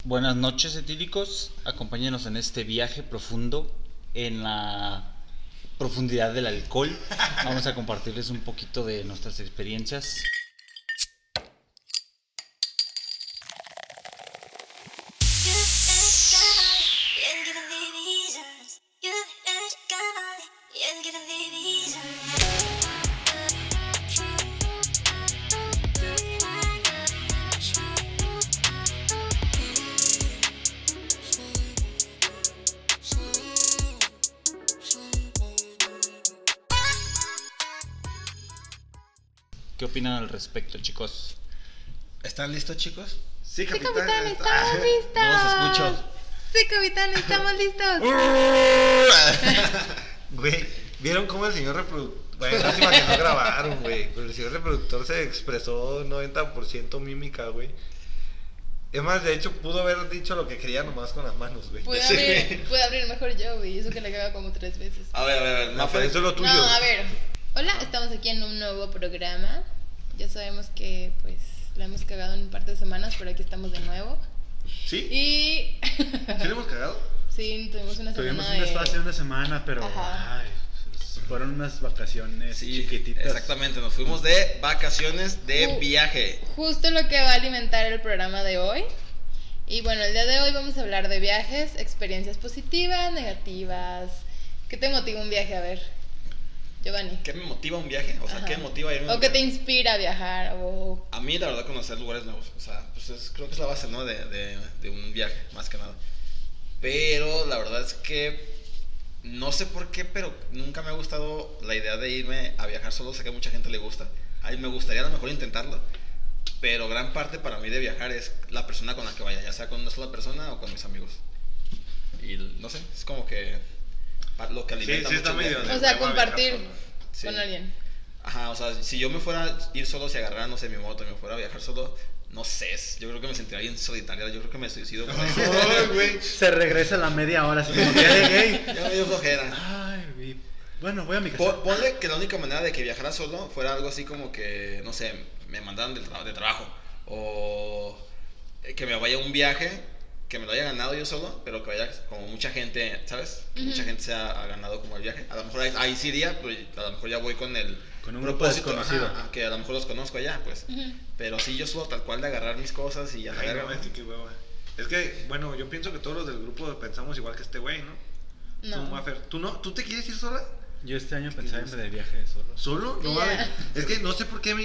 Buenas noches, etílicos. Acompáñenos en este viaje profundo en la profundidad del alcohol. Vamos a compartirles un poquito de nuestras experiencias. ¿Qué opinan al respecto, chicos? ¿Están listos, chicos? Sí, capitán, estamos listos. No los escucho. Sí, capitán, estamos listos. Güey, ¿vieron cómo el señor reproductor... Bueno, lástima que no grabaron, güey. Pero el señor reproductor se expresó 90% mímica, güey. Es más, de hecho, pudo haber dicho lo que quería nomás con las manos, güey. Puede abrir mejor yo, güey. Eso que le caga como 3 veces. A ver, No, pero eso es lo tuyo. No, a ver. Hola, estamos aquí en un nuevo programa. Ya sabemos que, pues, la hemos cagado en un par de semanas, pero aquí estamos de nuevo. ¿Sí? Y... ¿Sí le hemos cagado? Sí, tuvimos una Tuvimos semana un espacio de una semana, pero Ajá. fueron unas vacaciones chiquititas. Exactamente, nos fuimos de vacaciones de viaje. Justo lo que va a alimentar el programa de hoy. Y bueno, el día de hoy vamos a hablar de viajes, experiencias positivas, negativas. ¿Qué te motiva un viaje? A ver, Giovanni. ¿Qué me motiva un viaje? O sea, Ajá. ¿qué me motiva a irme a un O qué te viaje? inspira a viajar. O... A mí, la verdad, conocer lugares nuevos. O sea, pues creo que es la base, ¿no? De un viaje, más que nada. Pero la verdad es que no sé por qué, pero nunca me ha gustado la idea de irme a viajar solo. Sé que a mucha gente le gusta. A mí me gustaría a lo mejor intentarlo. Pero gran parte para mí de viajar es la persona con la que vaya, ya sea con una sola persona o con mis amigos. Y no sé, es como que lo que alimenta Sí, mucho está el medio- viaje. O sea, Tema compartir viajar solo. Sí. con alguien. Ajá, o sea, si yo me fuera a ir solo, si agarrara, no sé, mi moto y me fuera a viajar solo, no sé, yo creo que me sentiría bien solitario, yo creo que me suicido con eso. Ay, güey. Se regresa a la media hora, así como que, hey. Ya me dio flojera. Ay, güey. Bueno, voy a mi casa. Ponle que la única manera de que viajara solo fuera algo así como que, no sé, me mandaran de trabajo. O que me vaya a un viaje, que me lo haya ganado yo solo, pero que vaya como mucha gente, ¿sabes? Que mucha gente se ha ganado como el viaje. A lo mejor ahí sí iría, pues a lo mejor ya voy con el Con un grupo desconocido. ajá, que a lo mejor los conozco allá, pues. Pero sí, yo solo tal cual de agarrar mis cosas y ya Ay, no, es que qué hueva. Es que, bueno, yo pienso que todos los del grupo pensamos igual que este güey, ¿no? No. Tú, Mafer, ¿tú no? ¿Tú te quieres ir sola? Yo este año pensaba irme de viaje solo. ¿Solo? No Ya. mames. Es que no sé por qué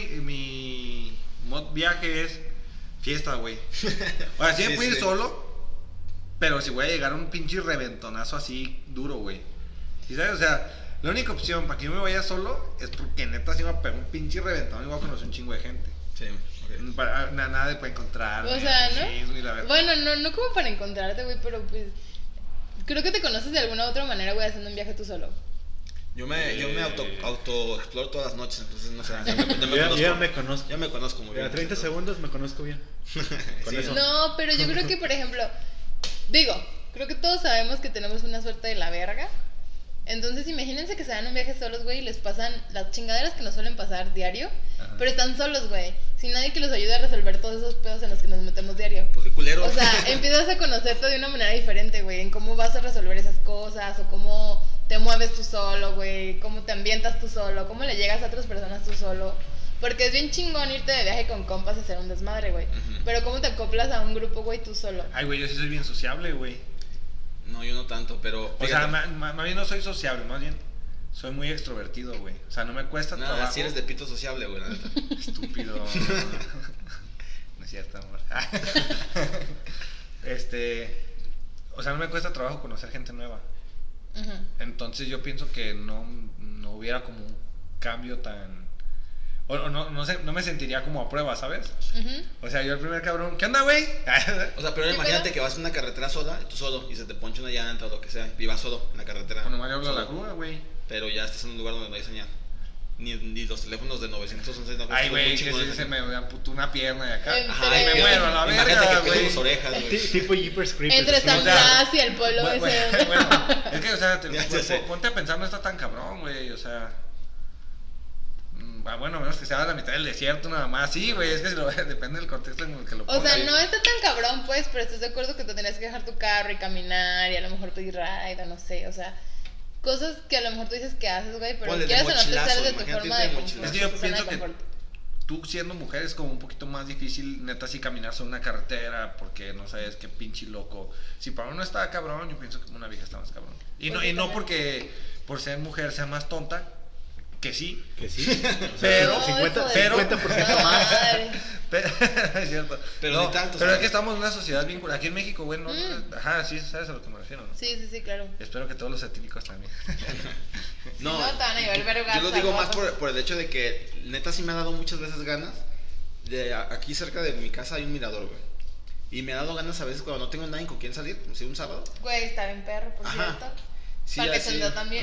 mi mod viaje es fiesta, güey. O sea, sí me Sí, puedo ir sí. solo, pero si voy a llegar a un pinche reventonazo así duro, güey. ¿Sí sabes? O sea, la única opción para que yo me vaya solo es porque neta sí me va a pegar un pinche reventón y voy a conocer un chingo de gente. Sí, ok. Nada de para encontrar. O sea, ¿no? Ni la verdad. Bueno, no como para encontrarte, güey, pero pues... Creo que te conoces de alguna otra manera, güey, haciendo un viaje tú solo. Yo me auto exploro todas las noches, entonces no sé. Yo ya me conozco. Ya me conozco muy A bien. 30 segundos me conozco bien. Con Sí, eso. No, pero yo creo que, por ejemplo, creo que todos sabemos que tenemos una suerte de la verga. Entonces, imagínense que se dan un viaje solos, güey, y les pasan las chingaderas que nos suelen pasar diario, pero están solos, güey, sin nadie que los ayude a resolver todos esos pedos en los que nos metemos diario. Pues qué culero. O sea, empiezas a conocerte de una manera diferente, güey, en cómo vas a resolver esas cosas, o cómo te mueves tú solo, güey, cómo te ambientas tú solo, cómo le llegas a otras personas tú solo. Porque es bien chingón irte de viaje con compas y hacer un desmadre, güey. Pero cómo te acoplas a un grupo, güey, tú solo. Ay, güey, yo sí soy bien sociable, güey. No, yo no tanto, pero. O sea, fíjate, más bien no soy sociable, más bien soy muy extrovertido, güey. O sea, no me cuesta nada, trabajo. si eres de pito sociable, güey, la neta. Estúpido. No es cierto, amor. O sea, no me cuesta trabajo conocer gente nueva. Ujú. Entonces yo pienso que no hubiera como un cambio tan... O no sé, no me sentiría como a prueba, ¿sabes? Ujú. O sea, yo el primer cabrón, ¿qué onda, güey? O sea, pero ¿Qué imagínate pedo? que vas en una carretera sola, tú solo, y se te poncha una llanta o lo que sea, y vas solo en la carretera. Bueno, Mario habla solo. la grúa, güey. Pero ya estás en un lugar donde no hay señal. Ni los teléfonos de 911 no Ay, güey, muy que chingones si se aquí. me amputó una pierna de acá. Entre- Ajá, y me muero a la imagínate verga, que pierdes güey. tus orejas, güey. Tipo Jeepers Creepers. Entre así. San o sea, Blas y el polo Bueno, ese. bueno, es que, o sea, Ya sé. ponte a pensar, no está tan cabrón, güey. O sea, bueno, a menos que sea a la mitad del desierto nada más. Sí, güey, es que depende del contexto en el que lo O pongas. sea, no está tan cabrón, pues, pero estás de acuerdo que te tenías que dejar tu carro y caminar y a lo mejor pedir ride o no sé, o sea, cosas que a lo mejor tú dices que haces, güey, pero Ponle de quieras o no te mochilazo, sales de tu imagínate forma irte de de confort. mochilazo. Es que yo tu zona de pienso que confort. tú siendo mujer es como un poquito más difícil, neta, así caminar sobre una carretera porque no sabes qué pinche loco. Si para uno está cabrón, yo pienso que una vieja está más cabrón. Y Pues no, sí, y no también. porque por ser mujer sea más tonta, que sí. Que sí. O sea, Pero- 50% más. Madre. Es cierto. Pero no, ni tanto, pero es ¿sabes? que estamos en una sociedad bien curada. Aquí en México, güey, no, Mm. ajá, sí, sabes a lo que me refiero, ¿no? Sí, claro. Espero que todos los etílicos también. No, no, te van a llevar vergas yo lo digo al más guapo. por el hecho de que neta sí me ha dado muchas veces ganas. Aquí cerca de mi casa hay un mirador, güey. Y me ha dado ganas a veces cuando no tengo nadie con quien salir, como si un sábado. Güey, está bien perro, por Ajá. cierto. Sí, Para que así. se anda también.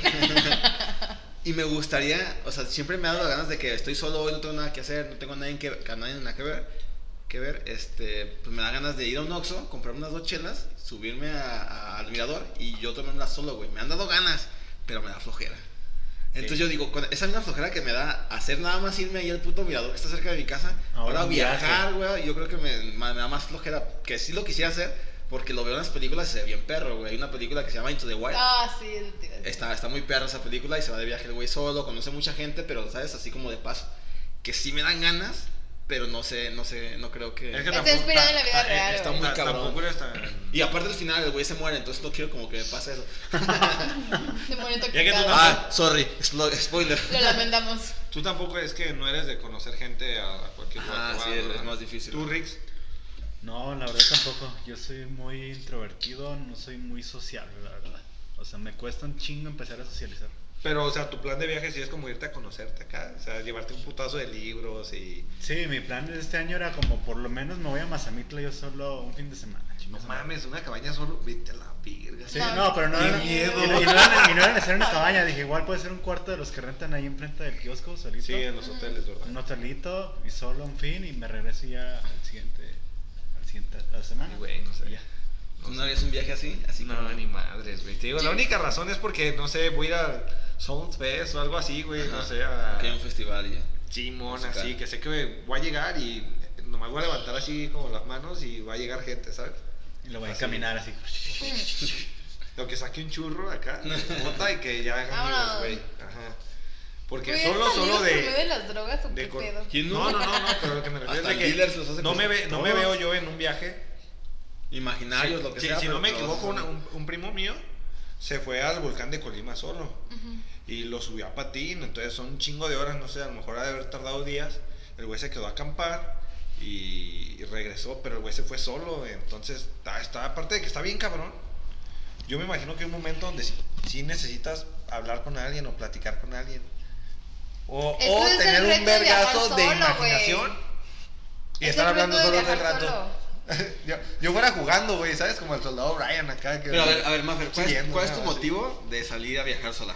Y me gustaría, o sea, siempre me ha dado las ganas de que estoy solo hoy, no tengo nada que hacer, no tengo nadie nada que ver, pues me da ganas de ir a un Oxxo, comprarme unas 2 chelas, subirme al mirador y yo tomármelas solo, güey. Me han dado ganas, pero me da flojera. Entonces yo digo, con esa misma flojera que me da hacer nada más irme ahí al puto mirador que está cerca de mi casa, ahora un viajar, güey, yo creo que me da más flojera, que sí lo quisiera hacer, porque lo veo en las películas y se ve bien perro, güey. Hay una película que se llama Into the Wild. Ah, sí, te iba a decir. Está muy perra esa película y se va de viaje el güey solo, conoce mucha gente, pero sabes, así como de paso. Que sí me dan ganas, pero no creo que... Es que Está inspirado en la vida Ah, real, está güey. muy cabrón. Tampoco eres tan... Y aparte al final el güey se muere, entonces no quiero como que me pase eso. Se pone Ya que tú intoxicado. Ah, sorry, spoiler. Lo lamentamos. Tú tampoco es que no eres de conocer gente a cualquier lugar. Ah, que sí, vas, es ¿verdad? más difícil. ¿Tú, Rix? No, la verdad tampoco. Yo soy muy introvertido, no soy muy sociable, la verdad. O sea, me cuesta un chingo empezar a socializar. Pero, o sea, tu plan de viaje sí es como irte a conocerte acá. O sea, llevarte un putazo de libros y... Sí, mi plan de este año era como por lo menos me voy a Mazamitla yo solo un fin de semana. No chingas madre. mames, una cabaña solo, vete a la virga. Sí, No, no, pero no qué era, miedo. y no era necesario una cabaña. Dije, igual puede ser un cuarto de los que rentan ahí enfrente del kiosco, solito. Sí, en los hoteles, ¿verdad? Un hotelito y solo un fin y me regreso ya al siguiente a la semana. Ay, güey, no sé. Y ya. ¿Tú no harías un viaje así? Así No, como... ni madres, güey. Te digo, la Sí. única razón es porque, no sé, voy a ir a Sound Fest o algo así, güey. No sé, a... Que hay un festival y ya. Simón, Musical. así, que sé que voy a llegar y nomás voy a levantar así como las manos y va a llegar gente, ¿sabes? Y lo voy a Así. caminar así. Lo que saque un churro acá, bota y que ya hagan amigos, Vámonos. güey. Ajá. Porque Güey, solo ¿eres amigo por medio de... de las drogas o de qué con- pedo? ¿Quién No, pero lo que me refiero Hasta es de el dealer que se los hace no me todos. veo yo en un viaje. Imaginarios, lo que Sí, sea. si no pero me todos equivoco, son- un primo mío se fue al volcán de Colima solo Ujú. y lo subió a patín, entonces son un chingo de horas, no sé, a lo mejor ha de haber tardado días. El güey se quedó a acampar y regresó, pero el güey se fue solo, entonces está aparte de que está bien cabrón. Yo me imagino que hay un momento donde sí necesitas hablar con alguien o platicar con alguien. O Eso es el tener reto un de viajar vergazo de solo, imaginación güey. y Es estar el hablando reto de solo todo el viajar rato. solo. yo fuera jugando, güey, ¿sabes? Como el soldado Ryan acá. Que, Pero a ver, Maffer, siguiendo, ¿cuál es tu nada más. motivo de salir a viajar sola?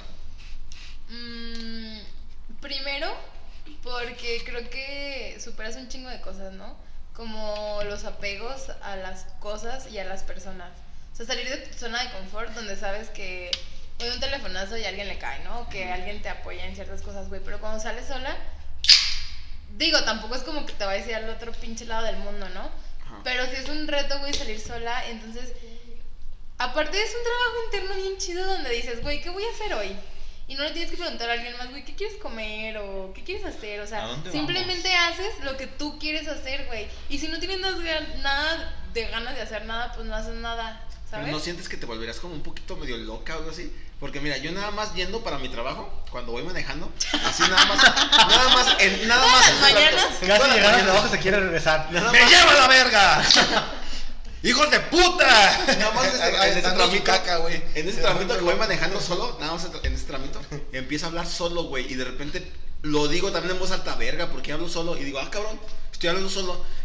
Primero, porque creo que superas un chingo de cosas, ¿no? Como los apegos a las cosas y a las personas. O sea, salir de tu zona de confort donde sabes que hoy un telefonazo y a alguien le cae, ¿no? O que alguien te apoya en ciertas cosas, güey. Pero cuando sales sola, digo, tampoco es como que te vayas a ir al otro pinche lado del mundo, ¿no? Ajá. Pero sí es un reto, güey, salir sola. Entonces, aparte es un trabajo interno bien chido donde dices, güey, ¿qué voy a hacer hoy? Y no le tienes que preguntar a alguien más, güey, ¿qué quieres comer? O ¿qué quieres hacer? O ¿A sea, dónde simplemente haces lo que tú quieres hacer, güey. Y si no tienes nada de ganas de hacer nada, pues no haces nada, Pero ¿sabes? ¿no sientes que te volverías como un poquito medio loca o algo así? Porque mira, yo nada más yendo para mi trabajo, cuando voy manejando, así nada más las mañanas. Casi Todas las llegar a mañanas. trabajo se quiere regresar. Nada ¡Me más- lleva la verga! ¡Hijos de puta! Nada más en ese Dando su tramito, caca, güey. en ese tramito que voy manejando solo, nada más en ese tramito, empiezo a hablar solo, güey, y de repente lo digo también en voz alta, verga, porque hablo solo, y digo, ah, cabrón, estoy hablando solo,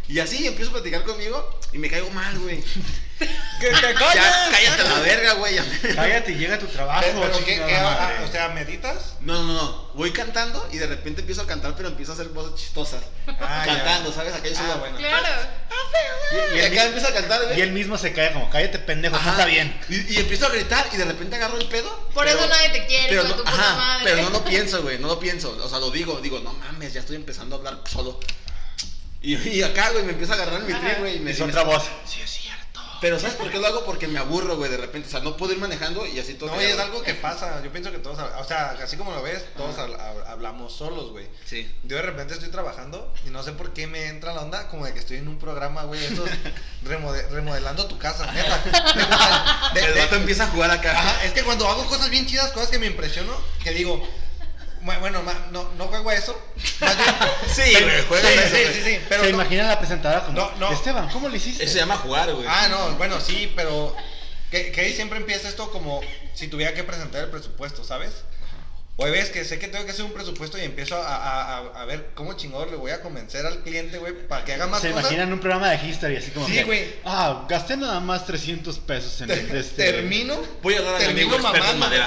Y así empiezo a platicar conmigo y me caigo mal, güey. ¡Que te calles! Ya, cállate a la verga, güey. Cállate y llega a tu trabajo. Pero chingada madre. o sea, ¿meditas? No. Voy cantando y de repente empiezo a cantar, pero empiezo a hacer voces chistosas. Ah, ya. Cantando, ¿sabes? Aquello es bueno. Claro. Y acá empiezo a cantar, güey. Y él mismo se cae como, cállate pendejo, Ajá. canta bien. Y empiezo a gritar y de repente agarro el pedo. Por eso nadie te quiere, pero hijo de no, tu puta madre. pero no lo pienso, güey, no lo pienso. O sea, lo digo, no mames, ya estoy empezando a hablar solo. Y acá, güey, me empiezo a agarrar mi trip, güey. Y me Es dice otra voz. Sí, es cierto. Pero ¿sabes por qué lo hago? Porque me aburro, güey, de repente. O sea, no puedo ir manejando y así todo. No, y es algo que pasa. Yo pienso que todos, o sea, así como lo ves, todos hablamos solos, güey. Sí. Yo de repente estoy trabajando y no sé por qué me entra la onda como de que estoy en un programa, güey, estos remodelando tu casa, neta. El vato empieza a jugar acá. Ajá, es que cuando hago cosas bien chidas, cosas que me impresiono, que digo, bueno, no juego a eso. Más bien, Sí, güey, juega sí, a eso, sí, güey. sí, sí, pero Se no- imagina la presentadora como, No. Esteban, ¿cómo lo hiciste? Eso se llama jugar, güey. Ah, no, bueno, sí, pero que ahí siempre empieza esto como si tuviera que presentar el presupuesto, ¿sabes? O hay veces que sé que tengo que hacer un presupuesto y empiezo a ver cómo chingón le voy a convencer al cliente, güey, para que haga más Se cosas. imaginan un programa de History así como Sí, que, güey. gasté nada más 300 pesos en Termino Voy a hablar a mi amigo experto en madera.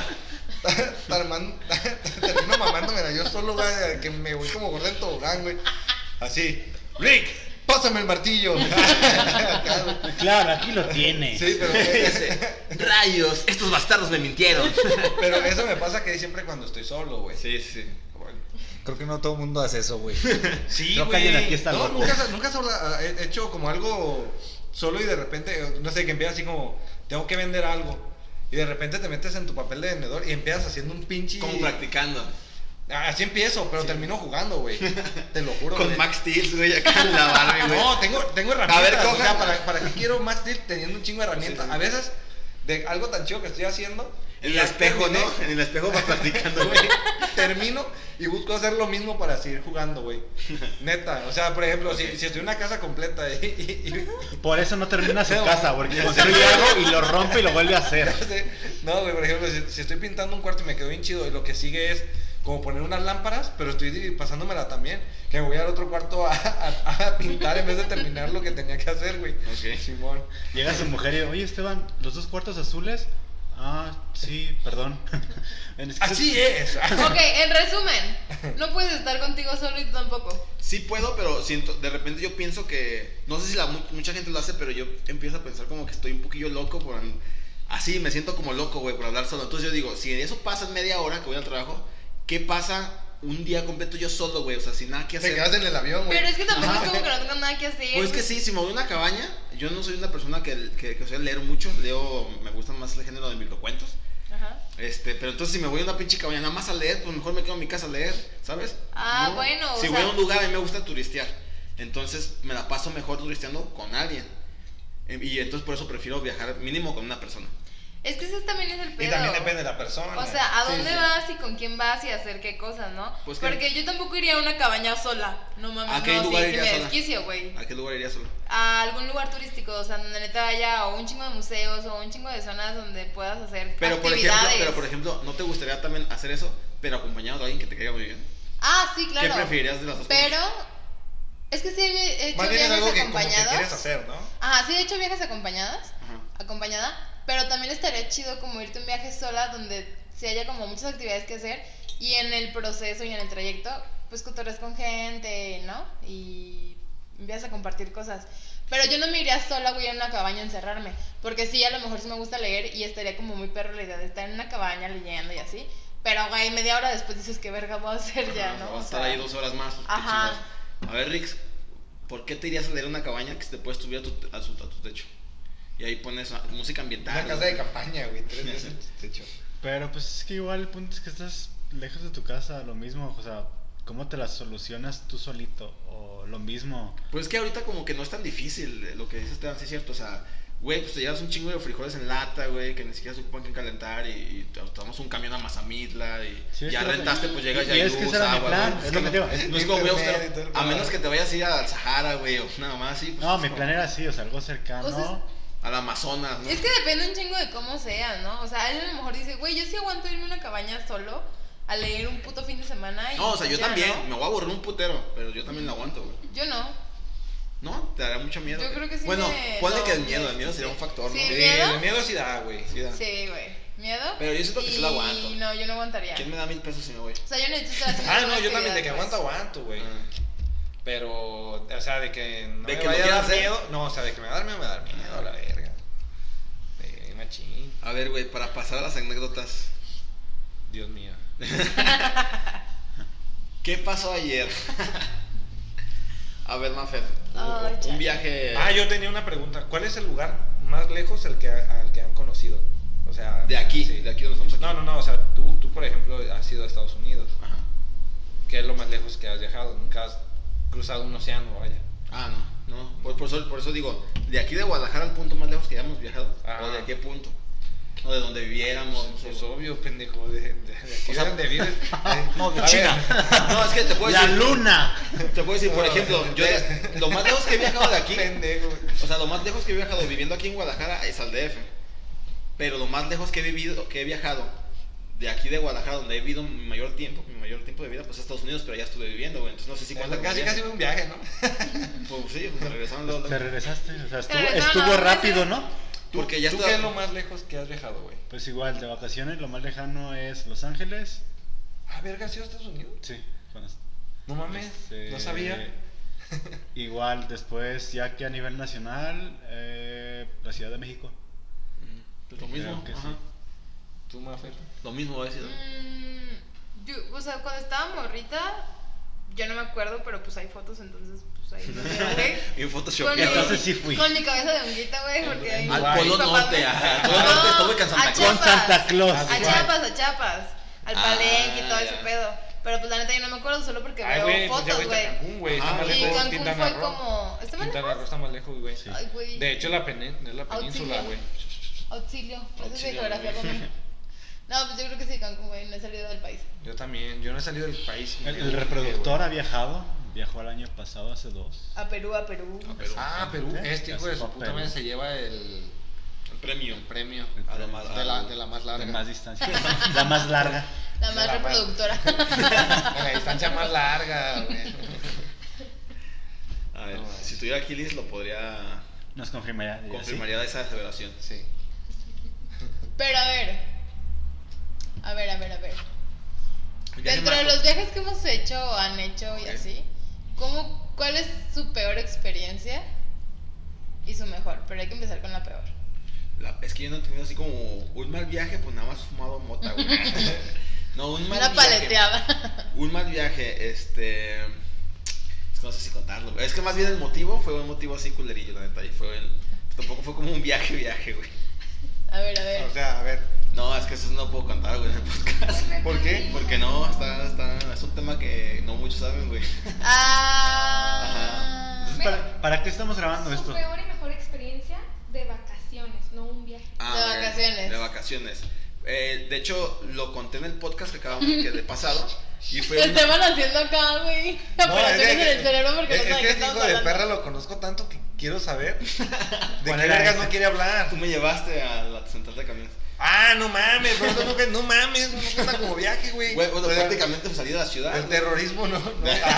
Termino mamándomela yo solo, güey, que me voy como gordo en tobogán, güey. Así, Rick, pásame el martillo. Acá, güey. Claro, aquí lo tiene. Sí, pero Rayos, estos bastardos me mintieron. pero eso me pasa que siempre cuando estoy solo, güey. Sí. Creo que no todo el mundo hace eso, güey. Sí, Creo que güey. alguien aquí está No, loco. nunca has hecho como algo solo y de repente, no sé, que empieza así como, tengo que vender algo. Y de repente te metes en tu papel de vendedor y empiezas haciendo un pinche... Como practicando. Así empiezo, pero termino jugando, güey. Te lo juro, Con güey. Max Steel, güey, acá en la Barbie, güey. No, tengo herramientas. A ver, o cojan. sea, ¿para qué quiero Max Steel teniendo un chingo de herramientas? Sí, sí. A veces, de algo tan chido que estoy haciendo... En el ya espejo, terminé, ¿no? En el espejo va practicando, güey, güey. termino y busco hacer lo mismo para seguir jugando, güey. Neta, o sea, por ejemplo, si estoy en una casa completa y Por eso no termina su No, casa, porque no. construye algo y lo rompe y lo vuelve a hacer. no, güey, por ejemplo, si estoy pintando un cuarto y me quedó bien chido y lo que sigue es como poner unas lámparas, pero estoy pasándomela también, que me voy al otro cuarto a pintar en vez de terminar lo que tenía que hacer, güey. Ok. Simón. Llega su mujer y, oye Esteban, ¿los 2 cuartos azules? Ah, sí, perdón. Es que Así es. Ok, en resumen, no puedes estar contigo solo y tú tampoco. Sí puedo, pero siento, de repente yo pienso que, no sé si mucha gente lo hace, pero yo empiezo a pensar como que estoy un poquillo loco por, así me siento como loco, güey, por hablar solo. Entonces yo digo, si eso pasa en media hora que voy al trabajo, ¿qué pasa un día completo yo solo, güey? O sea, sin nada que hacer. Te quedas en el avión, güey. Pero es que tampoco Ajá. es como que no tengas nada que hacer. Pues que sí, si me voy a una cabaña, yo no soy una persona que suele leer mucho, me gustan más el género de microcuentos. Ajá. Pero entonces si me voy a una pinche cabaña nada más a leer, pues mejor me quedo en mi casa a leer, ¿sabes? Ah, bueno, o Si sea- voy a un lugar, a mí me gusta turistear. Entonces me la paso mejor turisteando con alguien. Y entonces por eso prefiero viajar mínimo con una persona. Es que ese también es el pedo. Y también depende de la persona. O sea, ¿a Sí, dónde sí. vas y con quién vas y hacer qué cosas, no? Pues que- Porque yo tampoco iría a una cabaña sola. No mames, ¿A qué no, lugar sí irías me sola? desquicio, güey. ¿A qué lugar irías solo? A algún lugar turístico, o sea, donde neta haya o un chingo de museos o un chingo de zonas donde puedas hacer Pero actividades. por ejemplo, ¿no te gustaría también hacer eso, pero acompañado de alguien que te caiga muy bien? Ah, sí, claro. ¿Qué preferirías de las dos Pero cosas? es que sí he hecho Más bien es viajes algo que como que acompañados. quieres hacer, ¿no? Ajá, sí he hecho viajes acompañadas. Ajá. Acompañada, pero también estaría chido como irte un viaje sola donde se haya como muchas actividades que hacer y en el proceso y en el trayecto pues cotorreas con gente, ¿no? Y empiezas a compartir cosas. Pero yo no me iría sola, güey, a una cabaña a encerrarme, porque sí, a lo mejor sí me gusta leer y estaría como muy perro la idea de estar en una cabaña leyendo y así. Pero, güey, media hora después dices, ¿qué verga voy a hacer ya, Ajá, no? Vas a O estar sea, ahí 2 horas más. qué Ajá. chingados. A ver, Rix, ¿por qué te irías a leer una cabaña que te puedes subir a tu techo? Y ahí pones música ambiental. Una casa de campaña, güey, 3 veces en tu techo. Pero pues es que igual el punto es que estás lejos de tu casa, lo mismo, o sea, ¿cómo te las solucionas tú solito? O lo mismo. Pues es que ahorita como que no es tan difícil lo que dices, Esteban, sí es cierto, o sea, güey, pues te llevas un chingo de frijoles en lata, güey, que ni siquiera se ocupan que calentar y te tomamos un camión a Mazamitla y Sí, es ya que lo que- rentaste, pues llegas y ya hay es que luz, ese era mi agua, plan, güey. es lo que te digo, No es como voy a Internet y buscar, todo el a pedo. menos que te vayas a ir al Sahara, güey, o nada más, sí. Pues, No, es mi como plan era así, o sea, algo cercano. O sea, al Amazonas, ¿no? es que depende un chingo de cómo sea, ¿no? O sea, él a lo mejor dice, güey, yo sí aguanto irme a una cabaña solo a leer un puto fin de semana y No, o sea, yo ya, también, ¿no? me voy a aburrir un putero, pero yo también lo aguanto, güey. Yo no. ¿No? ¿Te daría mucho miedo? Yo creo que sí Bueno, me- ponle no, que el miedo sí. sería un factor, ¿no? Sí. Sí, ¿Miedo? el miedo sí da, güey. Sí da. Sí, güey. ¿Miedo? Pero yo siento que sí lo aguanto. No, yo no aguantaría. ¿Quién me da 1,000 pesos si me voy? O sea, yo necesito estar haciendo Ah, alguna no, yo también de que actividad, aguanto, güey. Pero, o sea, de que no De me que lo vaya a quieras dar hacer. miedo. No, o sea, de que me va a dar miedo, a la verga. Machín. A ver, güey, para pasar a las anécdotas. Dios mío. ¿Qué pasó ayer? A ver, Mafer, Ay, un chale. viaje Ah, yo tenía una pregunta. ¿Cuál es el lugar más lejos al que han conocido? O sea, de aquí, sí. de aquí donde estamos aquí. No, o sea, tú por ejemplo has ido a Estados Unidos. Ajá. ¿Qué es lo más lejos que has viajado? Nunca has cruzado un océano, vaya. Ah, no. Por eso digo, de aquí de Guadalajara al punto más lejos que hayamos viajado. Ah. ¿O de qué punto? O de donde viviéramos. No sé. Pues obvio, pendejo, de aquí O sea, de donde vives. No, de A China. No, es que te puedo La decir. luna. Te puedo decir, por ejemplo, lo más lejos que he viajado de aquí. Pendejo. O sea, lo más lejos que he viajado viviendo aquí en Guadalajara es al DF. Pero lo más lejos que he viajado de aquí de Guadalajara, donde he vivido mi mayor tiempo de vida, pues a Estados Unidos, pero ya estuve viviendo, güey. Entonces no sé si cuenta como Casi viaje. un viaje, ¿no? Pues sí, pues me regresaron luego. Te regresaste, o sea, regresaron estuvo a 2 rápido, meses. ¿no? Porque ya ¿Tú estaba- qué es lo más lejos que has viajado, güey? Pues igual, de vacaciones, lo más lejano es Los Ángeles. Ah, verga, ¿has ido a Estados Unidos? Sí, No mames, no sabía. Igual, después, ya que a nivel nacional, la Ciudad de México. Pues lo mismo, Creo que ajá. sí. ¿Tú, Mafer? Lo mismo voy a decir. O sea, cuando estaba morrita, yo no me acuerdo, pero pues hay fotos, entonces pues ahí lo veo, güey. Y un Photoshop. Con Entonces sí fui. Con mi cabeza de honguita, güey, porque ahí Al mis Polo papás Norte, me- ajá, al Polo Norte, estuve con Santa a Claus. Chiapas, Con Santa Claus. A Chiapas, al Ah, Palenque y todo ese ya. pedo. Pero pues la neta yo no me acuerdo solo porque Ay, veo güey, pues ya fotos, fuiste a güey. Cancún, güey. Está Ajá. más Y lejos Cancún Quintana fue Roo. como... ¿Está más Quintana lejos? Roo está más lejos, güey. Sí. Ay, güey. De hecho, es la península, Auxilio. güey. Auxilio. No sé de Auxilio, geografía güey. conmigo. No, pues yo creo que sí, Cancún, güey. No he salido del país. Yo también, yo no he salido del país. El reproductor ha viajado, viajó el año pasado, hace 2. A Perú. A Perú. Ah, Perú. Sí, Este hijo ya de se su fue a puta Perú. madre se lleva El premio. el premio A lo más- de la más De larga. más distancia. La más larga. La más La más- reproductora. De la distancia más larga, güey. A ver, No, si estuviera aquí Liz lo podría Nos confirmaría. confirmaría esa aseveración. Sí. Pero a ver. El viaje Dentro de más- los viajes que hemos hecho o han hecho y Ok. así, ¿cuál es su peor experiencia y su mejor? Pero hay que empezar con la peor. Es que yo no he tenido así como un mal viaje, pues nada más fumado mota, güey. No, un mal Una viaje. paleteada. Un mal viaje, Es que no sé si contarlo, güey. Es que más bien el motivo fue un motivo así culerillo, la neta. Y tampoco fue como un viaje, güey. A ver. O sea, a ver. No, es que eso no puedo contar, güey, en el podcast. ¿Por qué? Porque no, es un tema que no muchos saben, güey. Ah. Entonces, ¿para qué estamos grabando Su esto? peor y mejor experiencia de vacaciones, no un viaje. De vacaciones. De vacaciones. De hecho, lo conté en el podcast que acabamos de pasado. Y fue El tema lo haciendo acá, güey. Operaciones en el cerebro porque no es saben que qué este estamos hijo de hablando. perra lo conozco tanto que quiero saber de ¿Cuál qué era vergas ese? no quiere hablar. Tú me llevaste a la central de camiones. Ah, no mames, pero eso no mames, eso no cuenta como viaje, güey. Güey, bueno, O sea, prácticamente salí de la ciudad. el güey. terrorismo, ¿no?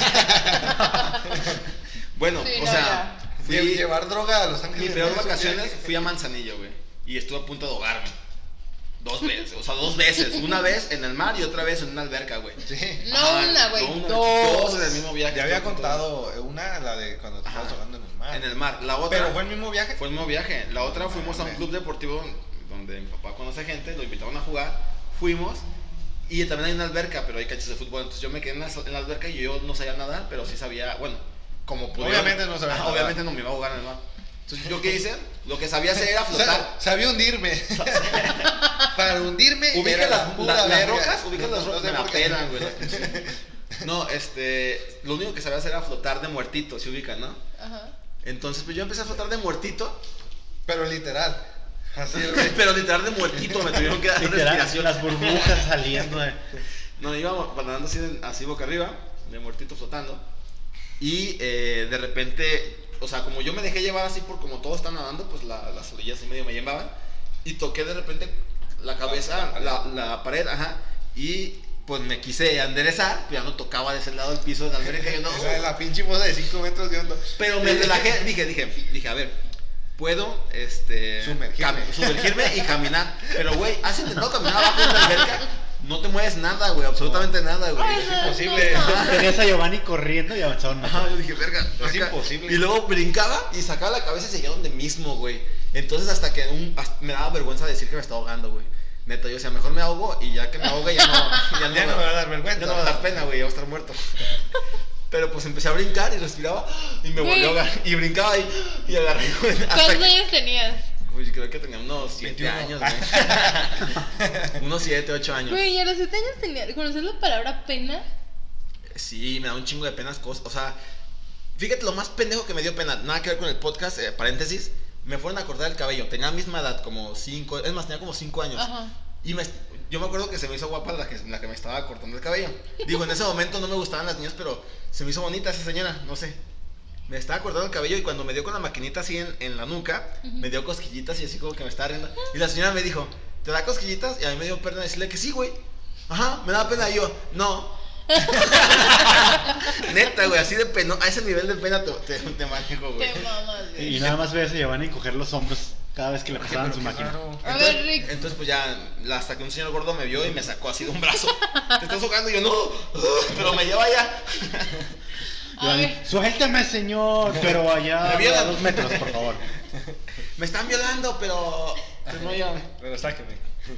Bueno, Sí, o no, sea, Llevar droga a Los Ángeles. mi peor no es un vacaciones viaje. fui a Manzanillo, güey. Y estuve a punto de ahogarme. 2 veces, o sea, 2 veces. Una vez en el mar y otra vez en una alberca, güey. Sí. No Ajá, una, güey, no dos. Dos en el mismo viaje. Ya había estuve a punto de- contado una, la de cuando te estabas Ajá. ahogando en el mar. En el mar. La otra. ¿Pero fue el mismo viaje? Fue el mismo viaje. La otra No fuimos a un mames. club deportivo donde mi papá conoce gente, lo invitaron a jugar, fuimos y también hay una alberca, pero hay canchas de fútbol. Entonces yo me quedé en la alberca y yo no sabía nadar, pero sí sabía, bueno, como pude. Obviamente no sabía nadar. Obviamente no me iba a ahogar en el mar. Entonces yo qué hice, lo que sabía hacer era O sea, flotar. sabía hundirme. Para hundirme. Ubica era las, pura las verga. rocas, ubica las rocas, sé me la por qué. pelan, güey. No, lo único que sabía hacer era flotar de muertito, se ubican, ¿no? Ajá. Entonces pues yo empecé a flotar de muertito. Pero literal. Así, güey. Pero literal de muertito me tuvieron que dar Literal, respiración. las burbujas saliendo. No, íbamos nadando así boca arriba, de muertito flotando. Y de repente, o sea, como yo me dejé llevar así por como todos están nadando, pues las orillas así medio me llevaban. Y toqué de repente la cabeza, la pared, ajá. Y pues me quise enderezar, pues ya no tocaba de ese lado del piso de la alberca, yo no. Esa es la pinche moza de 5 metros de hondo. Pero me relajé, dije, a ver, puedo, sumergirme y caminar. Pero, güey, has intentado caminar abajo de una alberca, no te mueves nada, güey, absolutamente nada, güey. Ay, Es no, imposible. no. Tenías a Giovanni corriendo y avanzaron. Ajá, yo dije, verga, Es acá. imposible. Y luego brincaba y sacaba la cabeza y seguía donde mismo, güey. Entonces hasta que me daba vergüenza decir que me estaba ahogando, güey. Neta, yo decía, mejor me ahogo y ya que me ahogue ya no Ya no me va a dar vergüenza. Ya no me va a dar pena, güey, ya voy a estar muerto. Pero pues empecé a brincar y respiraba y me volvió a ahogar. Y brincaba y agarré, güey. ¿Cuántos años tenías? Pues creo que tenía unos 7 21. años, güey. Unos 7, 8 años. Güey, a los 7 años tenías. ¿Conoces la palabra pena? Sí, me da un chingo de penas cosas. O sea, fíjate lo más pendejo que me dio pena. Nada que ver con el podcast, paréntesis. Me fueron a cortar el cabello. Tenía la misma edad, como 5. Es más, tenía como 5 años. Ajá. Y yo me acuerdo que se me hizo guapa la que me estaba cortando el cabello. Digo, en ese momento no me gustaban las niñas, pero se me hizo bonita esa señora, no sé. Me estaba cortando el cabello y cuando me dio con la maquinita así en la nuca, me dio cosquillitas y así como que me estaba riendo. Y la señora me dijo, ¿te da cosquillitas? Y a mí me dio pena decirle que sí, güey. Ajá, me daba pena. Y yo, no. Neta, güey, así de pena, a ese nivel de pena te manejo, güey. Te mamas, güey. Y nada más ves a Giovanni coger los hombros cada vez que le pasaban su máquina. A ver, Rick. Entonces pues ya, hasta que un señor gordo me vio y me sacó así de un brazo. Te estás ahogando y yo, no, pero me lleva allá. A Giovanni, ver. suélteme, señor, pero allá Me violan. a 2 metros, por favor. Me están violando, pero no ya. Pero sáqueme.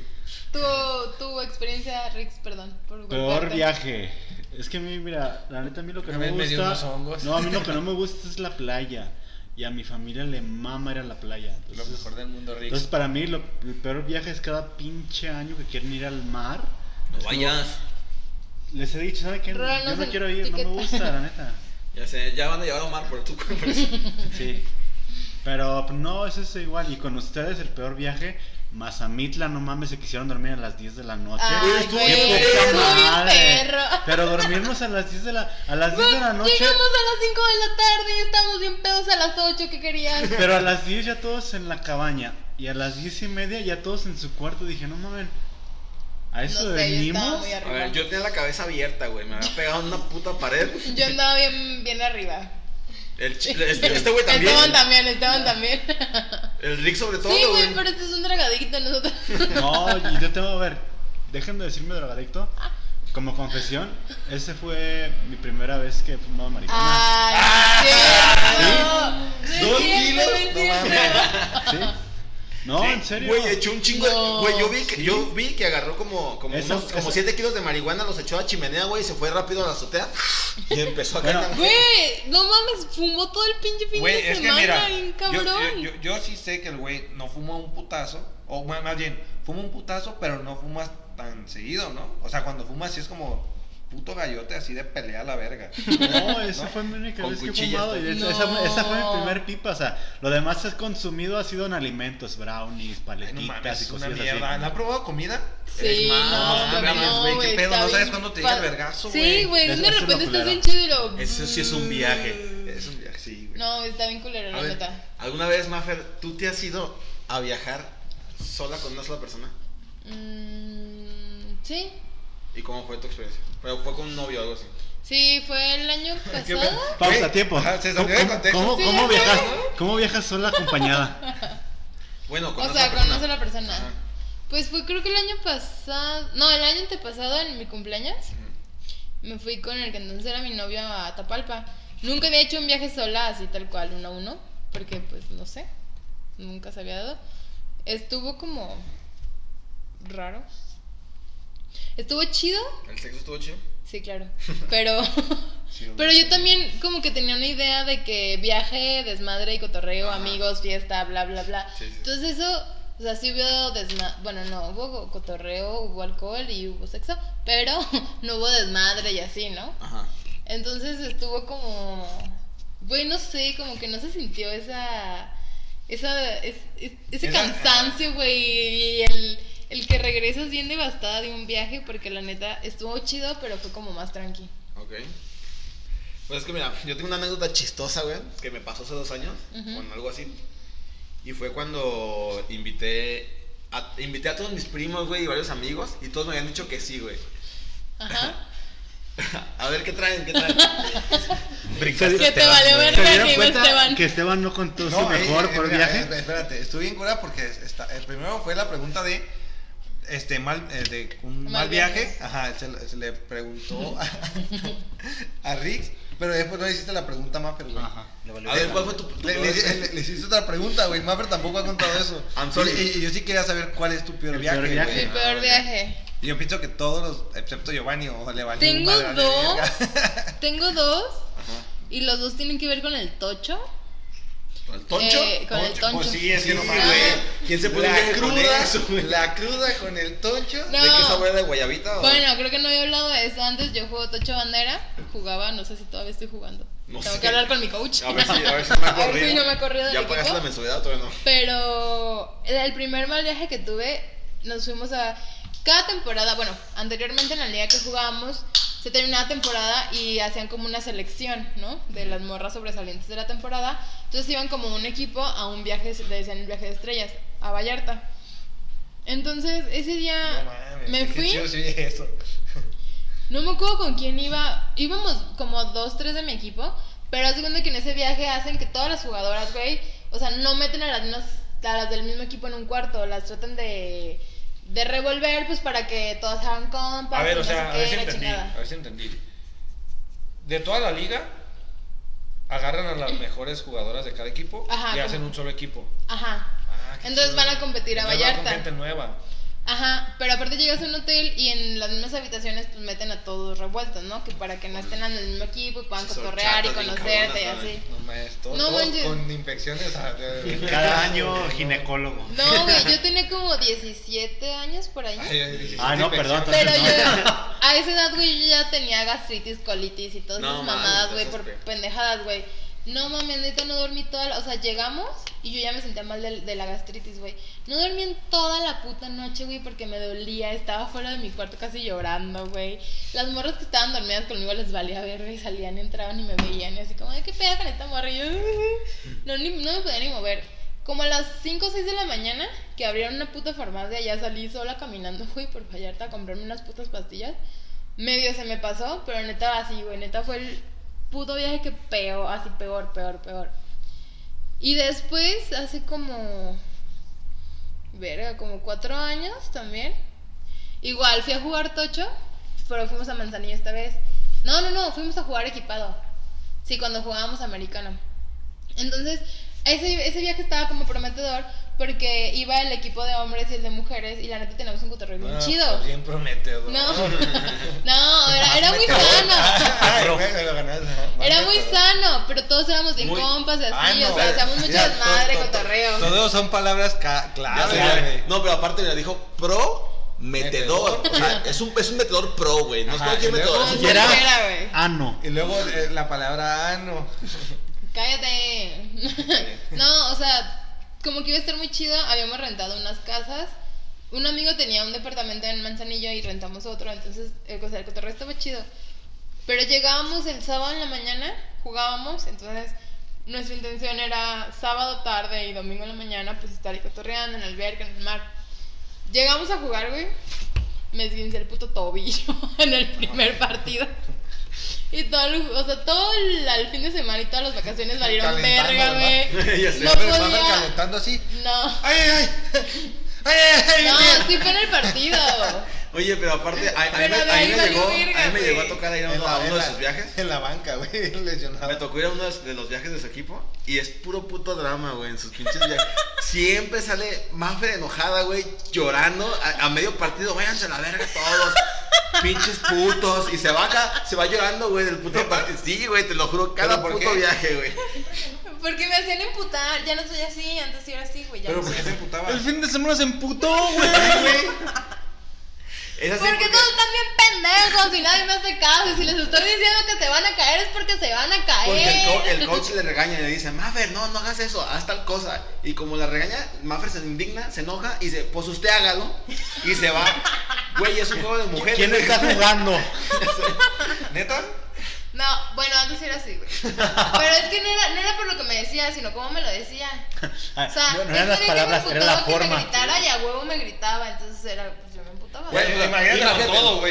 Tu experiencia, Rick, perdón. Por Peor golpearte. viaje. Es que a mí, mira, la neta a mí lo que no me Una vez me dio gusta. unos hongos. No, a mí lo que no me gusta es la playa. Y a mi familia le mama ir a la playa. Lo mejor del mundo, Rick. Entonces para mí el peor viaje es cada pinche año que quieren ir al mar. No Es como- vayas. Les he dicho, ¿sabe qué? Rara, Yo no no se quiero ir, no me etiqueta. gusta, la neta. Ya sé, ya van a llevar a Omar por tu cuenta. Sí. Pero no, eso es igual. Y con ustedes el peor viaje, Mazamitla, no mames, se quisieron dormir a las 10 de la noche. Ay, ¡Qué güey, poca estuvo bien madre! perro. Pero dormirnos a las 10 de la noche. Llegamos a las 5 de la tarde y estamos bien pedos a las 8, ¿qué querías? Pero a las 10 ya todos en la cabaña. Y a las 10:30 ya todos en su cuarto. Dije, no mames, ¿a eso No sé, yo estaba venimos? muy A arriba. ver, yo tenía la cabeza abierta, güey. Me había pegado en una puta pared. Yo andaba bien arriba. Este güey también. Esteban también. El Rick sobre todo, Sí, güey, güey. pero este es un drogadicto nosotros. No, y yo tengo, a ver, dejen de decirme drogadicto. Como confesión, ese fue mi primera vez que he fumado marihuana. Ay, ¿Sí? no. 2 kilos, ¿Sí? No, en serio. Güey, echó un chingo. No. Güey, Sí. yo vi que agarró como Eso- 7 kilos de marihuana, los echó a la chimenea, güey, y se fue rápido a la azotea. Y empezó a Bueno. caer. Güey, no mames, fumó todo el pinche fin Güey, de es que semana, mira, bien cabrón. yo sí sé que el güey no fuma un putazo, o más bien, fuma un putazo, pero no fumas tan seguido, ¿no? O sea, cuando fumas sí es como puto gallote así de pelea a la verga. No, esa fue mi única Con vez que he cuchillas, fumado. Y todo. esa fue mi No. primer pipa. O sea, lo demás es consumido ha sido en alimentos, brownies, Ay, no paletitas mames, y es una cosillas mierda. así. ¿La has probado comida? Sí, mal, no, mames, güey, qué pedo, está no sabes bien cuándo te llega el pa- vergazo, Sí, güey. güey, de Eso es repente lo estás culero. bien chido y lo... Eso sí es un viaje. Es un viaje, sí, güey. No, está bien culero, A la ver, neta. ¿alguna vez, Mafer, tú te has ido a viajar sola con una sola persona? Sí. ¿Y cómo fue tu experiencia? Pero fue con un novio o algo así. Sí, fue el año ¿Qué pasado. Pausa, Güey, tiempo. ajá, se salió de contexto. Sí, ¿Cómo ya viajas? sé. ¿Cómo viajas sola acompañada? Bueno, con O una sea, sola con una persona. sola persona. Ajá. Pues fue creo que el año pasado, no, el año antepasado en mi cumpleaños. Me fui con el que entonces era mi novio a Tapalpa. Nunca había hecho un viaje sola así tal cual, 1 a 1, porque pues no sé, nunca se había dado. Estuvo como raro. Estuvo chido. ¿El sexo estuvo chido? Sí, claro. Pero pero yo también como que tenía una idea de que viaje, desmadre y cotorreo, Ajá. amigos, fiesta, bla, bla, bla. Sí, sí. Entonces eso, o sea, sí hubo bueno, no, hubo cotorreo, hubo alcohol y hubo sexo, pero no hubo desmadre y así, ¿no? Ajá. Entonces estuvo como, güey, no sé, como que no se sintió ese Esa- cansancio, güey, y el que regresas bien devastada de un viaje, porque la neta estuvo chido, pero fue como más tranqui. Ok. Pues es que mira, yo tengo una anécdota chistosa, güey, que me pasó hace 2 años, Ujú. con algo así. Y fue cuando invité a todos mis primos, güey, y varios amigos, y todos me habían dicho que sí, güey. Ajá. A ver, ¿qué traen? Que te valió ¿Se verga, dieron Jim cuenta Esteban. que Esteban no contó su mejor por mira, viaje? Espérate, estuve bien cura porque primero fue la pregunta de un mal viaje. Ajá, se le preguntó a Rix, pero después no le hiciste la pregunta a Maffer, güey. Ajá. A ver, ¿cuál fue tu Le hiciste otra pregunta, güey. Maffer tampoco ha contado eso. I'm sorry. Y yo sí quería saber cuál es tu peor El viaje, peor viaje. güey. Mi peor viaje. Y yo pienso que todos los, excepto Giovanni, o le valió Tengo madre, vale dos. verga. Tengo dos. Ajá. Y los dos tienen que ver con el tocho. ¿Con el toncho? Con el toncho. Pues sí, es que no Sí, mames. güey. ¿Quién se pone un viaje con eso, güey? La cruda con el toncho. No. ¿De qué sabor era de guayabita? O? Bueno, creo que no había hablado de eso antes. Yo juego tocho bandera. Jugaba, no sé si todavía estoy jugando. No Tengo sé. que hablar con mi coach. A ver si me ha A ver corrido. si no me ha corrido del ¿Ya equipo. pagaste la mensualidad o todavía no? Pero el primer mal viaje que tuve, nos fuimos a... Cada temporada, bueno, anteriormente en la liga que jugábamos, se terminaba temporada y hacían como una selección, ¿no? De las morras sobresalientes de la temporada. Entonces iban como un equipo a un viaje, le decían el viaje de estrellas, a Vallarta. Entonces ese día No mames, me qué fui, chido se oye eso. no me acuerdo con quién iba, íbamos como 2, 3 de mi equipo, pero haz de cuenta que en ese viaje hacen que todas las jugadoras, güey, o sea, no meten a las del mismo equipo en un cuarto, las tratan de revolver, pues para que todas hagan compas. A ver, y o no sea, sé a ver qué, si la entendí. chingada. A ver si entendí. De toda la liga, agarran a las mejores jugadoras de cada equipo Ajá, y como- hacen un solo equipo. Ajá. Ah, qué Entonces chido. van a competir a Entonces van Vallarta. con gente nueva. Ajá, pero aparte llegas a un hotel y en las mismas habitaciones pues meten a todos revueltos, ¿no? Que para que no estén en el mismo equipo y puedan Sí, son cotorrear y chatas bien conocerte y cabronas, así. No mames, No todos manches. con infecciones. Cada año ginecólogo. No, güey, yo tenía como 17 años por ahí. Ah, no, perdón, Pero entonces yo, no. a esa edad, güey, yo ya tenía gastritis, colitis y todas No esas mames, mamadas, güey, eso por es peor. pendejadas, güey. No mames, neta, no dormí o sea, llegamos y yo ya me sentía mal de la gastritis, güey. No dormí en toda la puta noche, güey, porque me dolía. Estaba fuera de mi cuarto casi llorando, güey. Las morras que estaban dormidas conmigo les valía verga y salían, entraban y me veían. Y así como, ¿qué pedo con esta morra? Y yo, no me podía ni mover. Como a las 5 o 6 de la mañana, que abrieron una puta farmacia, ya salí sola caminando, güey, por Vallarta a comprarme unas putas pastillas. Medio se me pasó, pero neta así, güey, neta fue el puto viaje que peor, así peor. Y después, hace como... verga, como 4 años también. Igual, fui a jugar tocho, pero fuimos a Manzanillo esta vez. No, fuimos a jugar equipado. Sí, cuando jugábamos americano. Entonces, ese viaje estaba como prometedor porque iba el equipo de hombres y el de mujeres y la neta teníamos un cotorreo bien chido. Bien prometedor. No, era muy sano. Ay, güey, me lo ganaste. Era muy sano, pero todos éramos bien Muy- compas y así, Ah, no, o sea, hacíamos mucho mira, desmadre, cotorreo. Todos son palabras Ya clave, sé, güey. no, pero aparte me dijo metedor. O sea, es un metedor pro, güey. No es Ajá, cualquier y luego- metedor. Y era Cualquiera, güey. ano. Y luego la palabra ano. Cállate. No, o sea, como que iba a estar muy chido. Habíamos rentado unas casas. Un amigo tenía un departamento en Manzanillo y rentamos otro. Entonces, el cotorreo estaba chido. Pero llegábamos el sábado en la mañana, jugábamos. Entonces, nuestra intención era sábado tarde y domingo en la mañana, pues estar ahí cotorreando en el alberca, en el mar. Llegamos a jugar, güey. Me esguincé el puto tobillo en el primer partido. Y todo el fin de semana y todas las vacaciones valieron Calentando, verga, güey. Ya sé. No Estaba podía. calentando así. No. ¡Ay! No, sí fue en el partido. Oye, pero aparte, a mí Pero de me ahí valió llegó, verga, a mí me güey. llegó a tocar ir a uno de sus viajes. En la banca, güey, lesionado. Me tocó ir a uno de los viajes de su equipo y es puro puto drama, güey, en sus pinches viajes. Siempre sale Maffer enojada, güey, llorando a medio partido, váyanse a la verga todos, pinches putos. Y se va llorando, güey, del puto partido. Sí, güey, te lo juro, cada ¿Pero por puto qué? viaje, güey. Porque me hacían emputar. Ya no soy así, antes sí era así, güey. Ya ¿Pero no por soy qué se así. emputaba? El fin de semana se emputó, güey. Es así Porque todos están bien pendejos y nadie me hace caso. Y si les estoy diciendo que se van a caer es porque se van a Porque caer. el coach le regaña y le dice, Maffer, no hagas eso, haz tal cosa. Y como la regaña, Maffer se indigna, se enoja y dice, pues usted hágalo. Y se va. Güey, es un juego de mujeres. ¿Quién güey. está jugando? ¿Neta? No, bueno, antes sí era así, güey. Pero es que no era por lo que me decía, sino cómo me lo decía. O sea, No eran las palabras, era la que me forma. gritara y a huevo me gritaba. Entonces era, pues yo me emputaba. Güey, Güey, imagínate imagínate. todo, güey.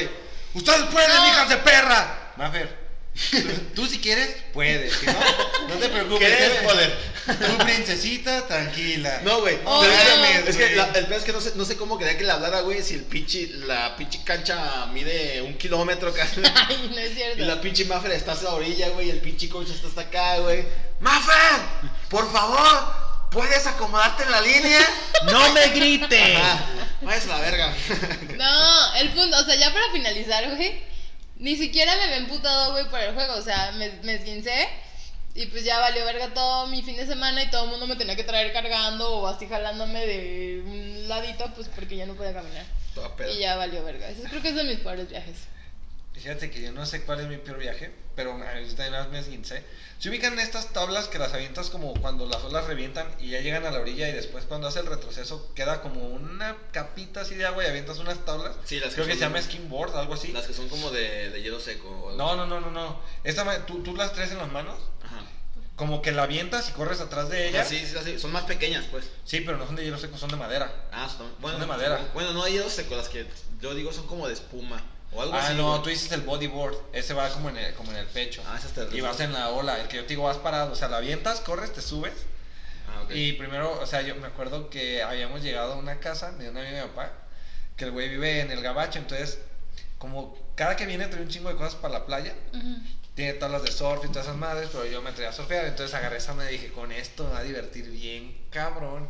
¡Ustedes pueden, No. hijas de perra! Mafer, tú si quieres, puedes. Si no, no te preocupes. ¿Quieres poder? Tu princesita, tranquila. No, güey. Oh, Pero no. es que güey. el peor es que no sé cómo quería que le hablara, güey, si la pinche cancha mide 1 kilómetro casi. Ay, no es cierto. Y la pinche Maffer está hasta la orilla, güey, y el pinche coach está hasta acá, güey. ¡Maffer! ¡Por favor! ¿Puedes acomodarte en la línea? ¡No me grites! Ajá. Váyase a la verga. No, el punto, o sea, ya para finalizar, güey, ni siquiera me había emputado, güey, por el juego, o sea, me esguincé y pues ya valió verga todo mi fin de semana y todo el mundo me tenía que traer cargando o así jalándome de un ladito, pues porque ya no podía caminar. Toda peda. Y ya valió verga. Eso creo que es de mis peores viajes. Fíjate que yo no sé cuál es mi peor viaje, pero además me esguincé. ¿Se ubican estas tablas que las avientas como cuando las olas revientan y ya llegan a la orilla y después cuando hace el retroceso queda como una capita así de agua y avientas unas tablas? Sí, las que creo que son se llama de- skimboard, algo así. Las que son como de hielo seco. o algo No. Tú las traes en las manos, Ajá. como que la avientas y corres atrás de ella. Sí, son más pequeñas, pues. Sí, pero no son de hielo seco, son de madera. Bueno, de madera. Bueno, no hay hielo seco, las que yo digo son como de espuma. O algo así. No, güey. tú dices el bodyboard, ese va como en el pecho. Ese es el Y vas en la ola, el que yo te digo vas parado, o sea, la avientas, corres, te subes. Ok. Y primero, o sea, yo me acuerdo que habíamos llegado a una casa de un amigo de mi papá, que el güey vive en el Gabacho, entonces, como cada que viene trae un chingo de cosas para la playa, tiene tablas de surf y todas esas madres, pero yo me traía a surfear, entonces agarré esa madre y dije, con esto me va a divertir bien, cabrón.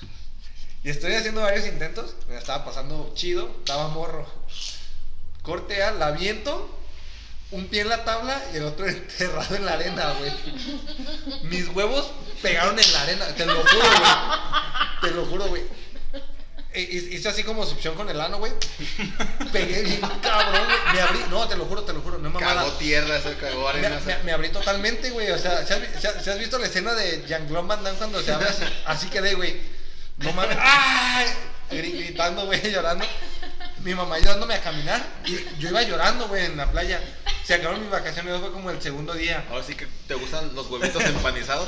Y estoy haciendo varios intentos, me la estaba pasando chido, daba morro. Corte A, la aviento, un pie en la tabla y el otro enterrado en la arena, güey. Mis huevos pegaron en la arena, te lo juro, güey. Te lo juro, güey. Hice así como succión con el ano, güey. Pegué bien cabrón, güey. Me abrí, no, te lo juro, no es mamada. Cagó tierra, se cagó arena. Me abrí totalmente, güey. O sea, ¿se has visto la escena de Jean-Claude Van Damme cuando se abre así? Así quedé, güey. No mames. ¡Ay! Gritando, güey, llorando. Mi mamá ayudándome a caminar. Y yo iba llorando, güey, en la playa. Se acabaron mis vacaciones, fue como el segundo día. Ahora sí que te gustan los huevitos empanizados.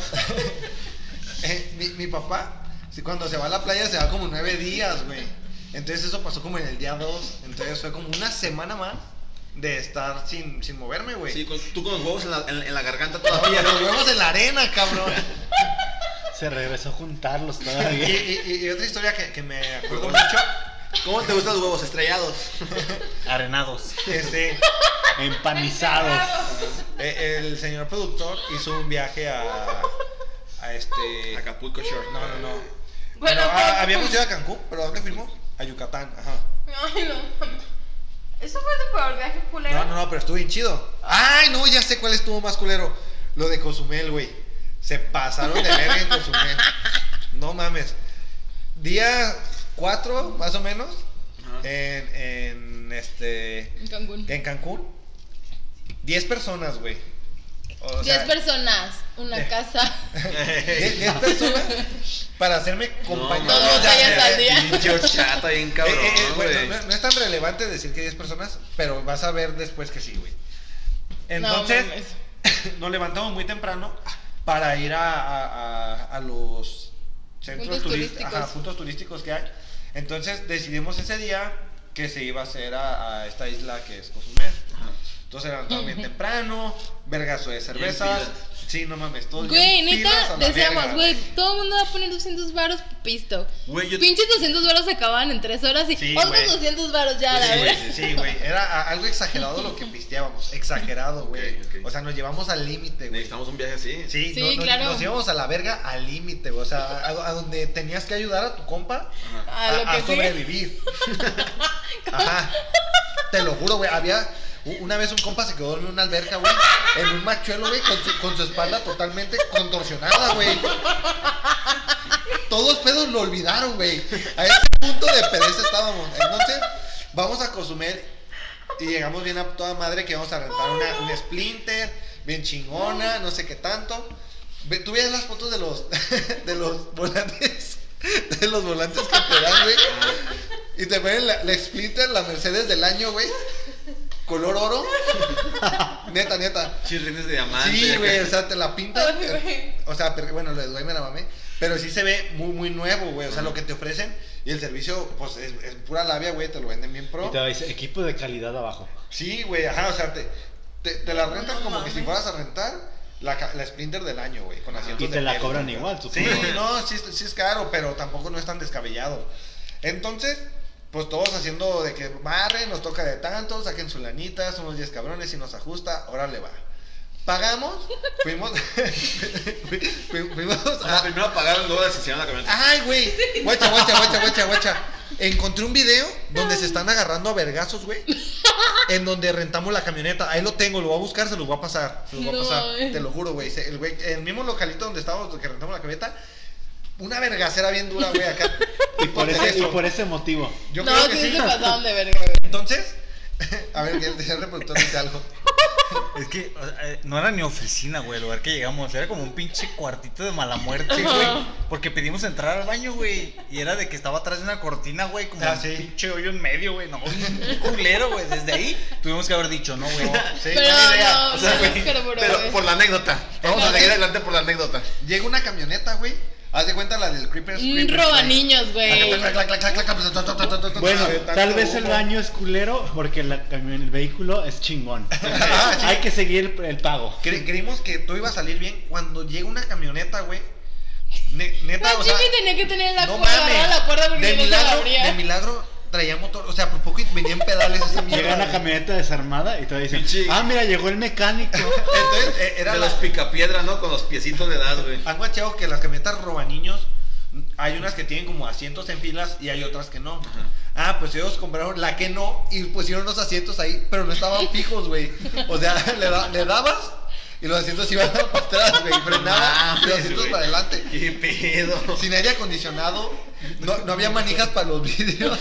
Mi papá, cuando se va a la playa, se va como 9 días, güey. Entonces eso pasó como en el día 2. Entonces fue como una semana más de estar sin moverme, güey. Sí, tú con los huevos en la garganta Oye, todavía. los huevos en la arena, cabrón. Se regresó a juntarlos todavía. Y otra historia que me acuerdo mucho. ¿Cómo te gustan los huevos? Estrellados. Arenados. Empanizados. El señor productor hizo un viaje a Acapulco Shore. No. Bueno, Bueno, pero- habíamos ido a Cancún, pero ¿a dónde fuimos? A Yucatán, ajá. Ay, no. ¿Eso fue tu peor viaje culero? No, pero estuvo bien chido. Ay, no, ya sé cuál estuvo más culero. Lo de Cozumel, güey. Se pasaron de verga en Cozumel. No mames. Día 4, más o menos, Ajá. en En Cancún. En Cancún. 10 personas, güey. O 10 sea, personas, una casa. 10 personas para hacerme compañía. No, Dos botellas al día. Pinche chata bien cabrón, Bueno, güey. no es tan relevante decir que 10 personas, pero vas a ver después que sí, güey. Entonces, No mames. nos levantamos muy temprano para ir a los centros Puntos turísticos. puntos turísticos que hay. Entonces decidimos ese día que se iba a hacer a esta isla que es Cozumel. Entonces levantamos bien temprano, vergazo de cervezas. pilas. Sí, no mames, todos Güey, bien pilas a neta, la decíamos, verga, güey, todo el mundo va a poner 200 varos, pisto. Güey, yo- Pinches 200 varos se acababan en 3 horas y Sí, otros güey. 200 varos ya, la Sí, verdad. güey, sí, güey. Era algo exagerado lo que pisteábamos. Exagerado, güey. Ok, ok. O sea, nos llevamos al límite, güey. Necesitamos un viaje así. Sí, Sí, claro. nos íbamos a la verga al límite, güey. O sea, a donde tenías que ayudar a tu compa Ajá. A lo que a sigue. sobrevivir. Ajá. Te lo juro, güey. Había una vez un compa se quedó dormido en una alberca, güey. En un machuelo, güey, con su espalda totalmente contorsionada, güey. Todos pedos lo olvidaron, güey. A ese punto de pedez estábamos. Entonces, vamos a Cozumel y llegamos bien a toda madre que vamos a rentar una Splinter, bien chingona, no sé qué tanto. Tú veías las fotos de los de los volantes que te dan, güey. Y te ponen la Splinter, la Mercedes del año, güey. Color oro. Neta. Chirrines de diamante. Sí, acá. güey, o sea, te la pintan. Ay, güey. O sea, bueno, lo de Dwayne me la mamé. Pero sí se ve muy, muy nuevo, güey. O sea, lo que te ofrecen y el servicio, pues es pura labia, güey. Te lo venden bien pro. Y te dice equipo de calidad abajo. Sí, güey, ajá. O sea, te la rentas como que si fueras a rentar la Sprinter del año, güey. Con asientos Y te de la piel, cobran güey. igual, Sí, supongo. no, sí es caro, pero tampoco no es tan descabellado. Entonces, pues todos haciendo de que barren, nos toca de tanto, saquen su lanita, somos 10 cabrones y nos ajusta, órale va. Pagamos, fuimos Primero pagaron, luego deshicieron la camioneta. Ay, güey, guacha. Encontré un video donde se están agarrando a vergazos, güey. En donde rentamos la camioneta. Ahí lo tengo, lo voy a buscar, se lo voy a pasar. Te lo juro, güey. El mismo localito donde estábamos, donde rentamos la camioneta. Una vergacera bien dura, güey, acá. Y por ese motivo. Yo No, creo que sí sí. se pasaron de verga, güey. Entonces, a ver, que el reproductor dice algo. Es que no era ni oficina, güey, el lugar que llegamos. Era como un pinche cuartito de mala muerte, güey. Porque pedimos entrar al baño, güey. Y era de que estaba atrás de una cortina, güey. Como un sí. pinche hoyo en medio, güey. No, un culero, güey. Desde ahí tuvimos que haber dicho, no, güey. Sí, Pero buena idea. no, O sea, no güey, es carburo, pero güey. por la anécdota. Vamos a seguir adelante por la anécdota. Llega una camioneta, güey. Haz de cuenta la del Creepers. Un roba niños, güey. Bueno, Tanto tal vez el humo. baño es culero porque el vehículo es chingón. Ah, sí. Hay que seguir el pago. Creímos que todo iba a salir bien cuando llega una camioneta, güey. Neta, No, o sea, Jimmy tenía que tener la no puerta, mames. agarrar la puerta porque no se la abría. De milagro traía motor, o sea, por poco y venía en pedales esa mierda. Llega una güey. camioneta desarmada y te dicen, Pinche- mira, llegó el mecánico. Entonces, era De la... los picapiedra, ¿no? Con los piecitos de edad, güey. Han guachado que las camionetas robaniños, hay unas que tienen como asientos en filas y hay otras que no. Ah, pues ellos compraron la que no y pusieron los asientos ahí, pero no estaban fijos, güey. O sea, le dabas y los asientos iban para atrás, güey, frenaban y los asientos güey. para adelante. ¿Qué pedo? Sin aire acondicionado, no había manijas para los vidrios.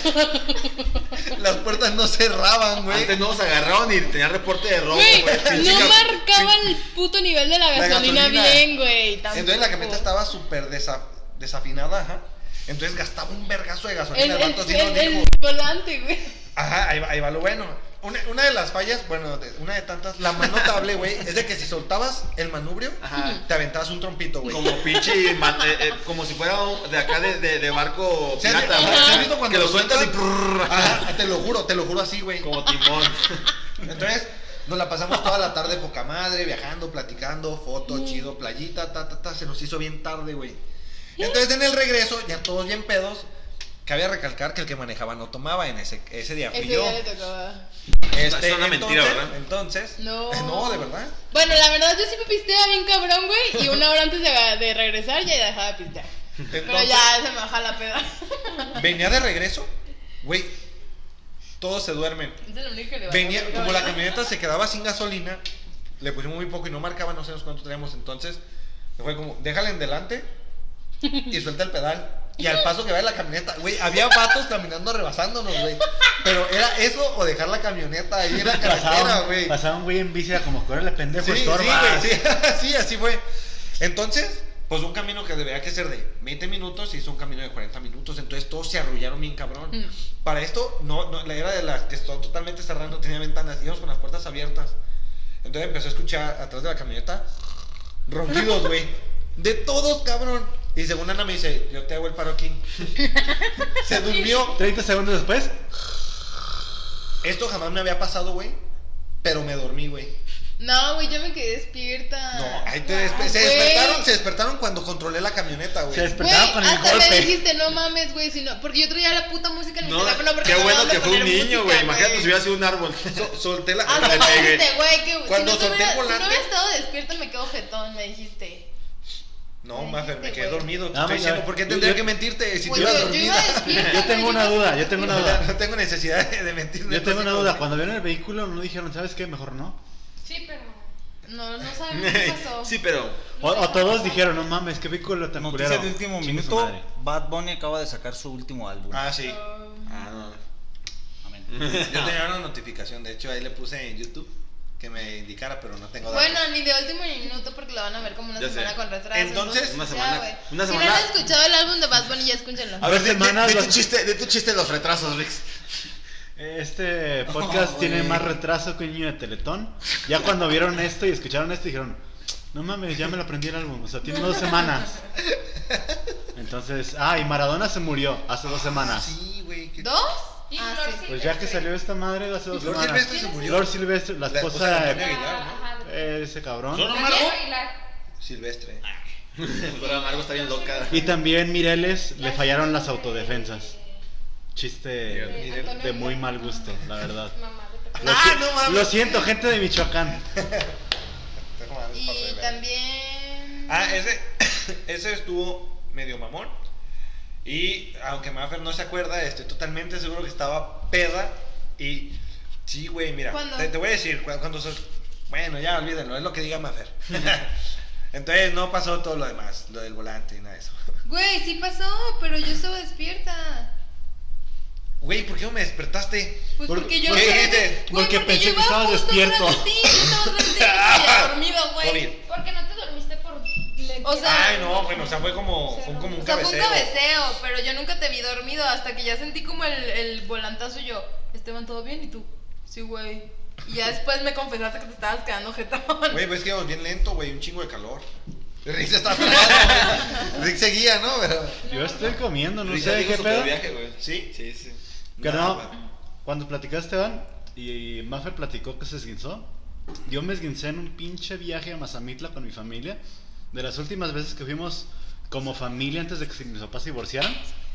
Las puertas no cerraban, güey. Antes no nos agarraron y tenían reporte de robo, Güey, güey. Pinche no ca- marcaba el puto nivel de la gasolina bien, güey. Entonces la camioneta estaba súper desafinada, ajá. Entonces gastaba un vergazo de gasolina. El vato así nos dijo. el volante, güey. Ajá, ahí va lo bueno. Una de las fallas, bueno, una de tantas, la más notable, güey, es de que si soltabas el manubrio, Ajá. te aventabas un trompito, güey. Como pinche, como si fuera de acá de barco ¿Sí has pirata, visto- güey. sí has visto cuando Que lo sueltas y sueltas? Ajá, te lo juro así, güey. como timón. Entonces, nos la pasamos toda la tarde poca madre, viajando, platicando, foto, chido, playita, se nos hizo bien tarde, güey. Entonces, en el regreso, ya todos bien pedos, cabe recalcar que el que manejaba no tomaba en ese día, fui Ese yo. día le tocaba. Es una mentira, ¿verdad? Entonces, No. no, de verdad. Bueno, la verdad yo sí me pisteaba bien cabrón, güey. Y una hora antes de regresar ya dejaba de pistear. Pero Entonces, ya se me baja la peda. venía de regreso, güey, todos se duermen. Es lo único que le va a Venía, pasar, como la cabrón. camioneta se quedaba sin gasolina, le pusimos muy poco y no marcaba, no sé cuánto teníamos. Entonces, fue como, déjala en delante y suelta el pedal. Y al paso que va la camioneta, güey, había vatos caminando rebasándonos, güey. Pero era eso o dejar la camioneta ahí en la carretera, güey. Pasaba un güey en bici, era como, córrele pendejo, Sí, sí, estorba. güey, sí, sí, así fue. Entonces, pues un camino que debería que ser de 20 minutos hizo un camino de 40 minutos. Entonces todos se arrullaron bien cabrón. Para esto, no, la era de las que están totalmente cerradas, no tenía ventanas, íbamos con las puertas abiertas. Entonces empezó a escuchar atrás de la camioneta ronquidos, güey. De todos, cabrón. Y según Ana me dice, yo te hago el paro aquí. Se durmió. 30 segundos después, Esto jamás me había pasado, güey. Pero me dormí, güey. No, güey, yo me quedé despierta. No, ahí Güey. se despertaron cuando controlé la camioneta, güey. se Güey, despertaban con el hasta me golpe. dijiste, no mames, güey, si no, porque yo traía la puta música en mi No, teléfono porque qué no me bueno daban de que fue un poner niño, música, güey. Imagínate si hubiera sido un árbol. Solté la... Ah, no, le me pegué. dijiste, güey, que Cuando si no solté el si no volante- hubiera estado despierto me quedo jetón, me dijiste. No, Me Mafer, me dijiste, quedé güey. dormido. Te No, estoy diciendo, ya. ¿por qué tendría Yo- que mentirte si Pues tú ibas yo iba dormida? despierta. Yo tengo una duda, yo tengo una duda. No tengo necesidad de mentir. Yo tengo una duda, cuando vieron el vehículo no dijeron, ¿sabes qué? Mejor no. Sí, pero. No sabemos qué pasó. Sí, pero O todos dijeron, no mames, qué vehículo tan Noticia culero. de último Chingue su minuto: madre. Bad Bunny acaba de sacar su último álbum. Ah, sí. ah, no. Amén. Yo tenía una notificación, de hecho ahí le puse en YouTube que me indicara, pero no tengo datos. Bueno, ni de último minuto porque lo van a ver como una Ya semana sé. con retraso. Entonces, ¿no? una Ya, semana- güey. una Si semana- no han escuchado el álbum de Bad Bunny, ya escúchenlo. A ver, semanas de los- tu chiste de los retrasos, Rix. Este podcast tiene más retraso que un niño de Teletón. Ya cuando vieron esto y escucharon esto dijeron, no mames, ya me lo aprendí el álbum. O sea, tiene 2 semanas. Entonces, y Maradona se murió hace 2 semanas. Sí, güey. ¿2? Y Ah, Flor sí. Pues ya que salió esta madre de hace 2 Flor semanas. Silvestre se murió. Flor Silvestre, la esposa de de Antonio Aguilar, ¿no? Ajá. ese cabrón. ¿Son Daniel Amargo? Aguilar. Silvestre. Pero Amargo está bien loca. Y también Mireles le fallaron las autodefensas. Chiste de muy mal gusto, la verdad. Mamá de Pepe. No mames. Lo siento, gente de Michoacán. Y también... Ese estuvo medio mamón. Y aunque Maffer no se acuerda, estoy totalmente seguro que estaba peda. Y sí, güey, mira, ¿Cuándo? te voy a decir, bueno, ya olvídenlo, es lo que diga Maffer. Entonces no pasó todo lo demás, lo del volante y nada de eso. Güey, sí pasó, pero yo estaba despierta. Güey, ¿por qué no me despertaste? Pues porque yo... ¿por qué dijiste? Güey, Porque pensé yo que iba estabas justo despierto. tras de ti, estaba tras de ti, ya dormido, güey. COVID. Porque no te dormiste por... O sea, Ay, no, bueno, o sea, fue como un O sea, fue un cabeceo. cabeceo, pero yo nunca te vi dormido hasta que ya sentí como el volantazo y yo, Esteban, ¿todo bien? Y tú, sí, güey. Y ya después me confesaste que te estabas quedando jetón. Güey, pues es que íbamos bien lento, güey, un chingo de calor. Rick se estaba pegando. Rick seguía, ¿no? Pero... Yo estoy comiendo, no Rick sé ya qué dijo su pedo. viaje, güey. ¿Sí? Sí, sí. Que Nah, no, güey. cuando platicaste, Esteban, y Maffer platicó que se esguinzó, yo me esguincé en un pinche viaje a Mazamitla con mi familia. De las últimas veces que fuimos como familia antes de que mis papás se divorciaran.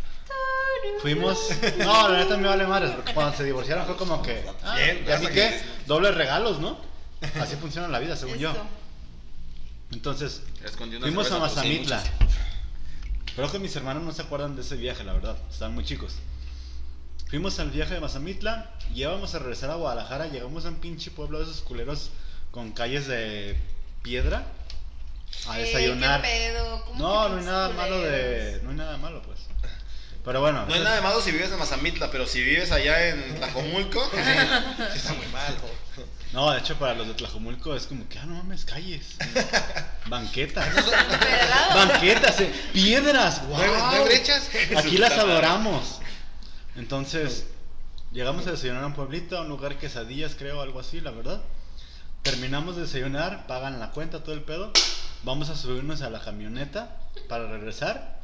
Fuimos... No, la neta me vale madres, porque cuando se divorciaron fue como que... Bien, ¿y a mí hasta qué? que- Dobles regalos, ¿no? Así funciona la vida, según yo. Eso. Entonces, Escondí una fuimos a cerveza, pues, sí, Mazamitla. muchas. Creo que mis hermanos no se acuerdan de ese viaje, la verdad. Están muy chicos. Fuimos al viaje de Mazamitla y íbamos a regresar a Guadalajara. Llegamos a un pinche pueblo de esos culeros con calles de piedra a desayunar. ¿Qué pedo? ¿Cómo No, que no hay nada culeros? malo de... No hay nada malo, pues. Pero bueno. No hay nada de malo si vives en Mazamitla, pero si vives allá en Tlajomulco, Sí, está muy mal. No, de hecho para los de Tlajomulco es como que, no mames, calles. Banquetas. Empedrado. Banquetas, piedras. ¿No hay ¡Wow! brechas? Aquí las adoramos. Entonces, llegamos a desayunar a un pueblito, a un lugar quesadillas, creo, algo así, la verdad. Terminamos de desayunar, pagan la cuenta, todo el pedo. Vamos a subirnos a la camioneta para regresar.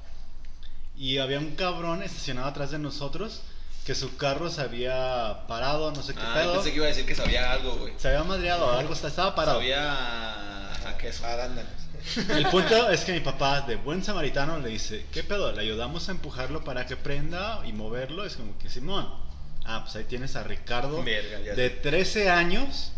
Y había un cabrón estacionado atrás de nosotros que su carro se había parado, no sé qué pedo. pensé que iba a decir que sabía algo, güey. Se había madreado, algo estaba parado. Sabía a queso. Arándanos. El punto es que mi papá, de buen samaritano, le dice, ¿qué pedo? ¿Le ayudamos a empujarlo para que prenda y moverlo? Es como que, Simón. Pues ahí tienes a Ricardo, Verga, ya de sé. 13 años,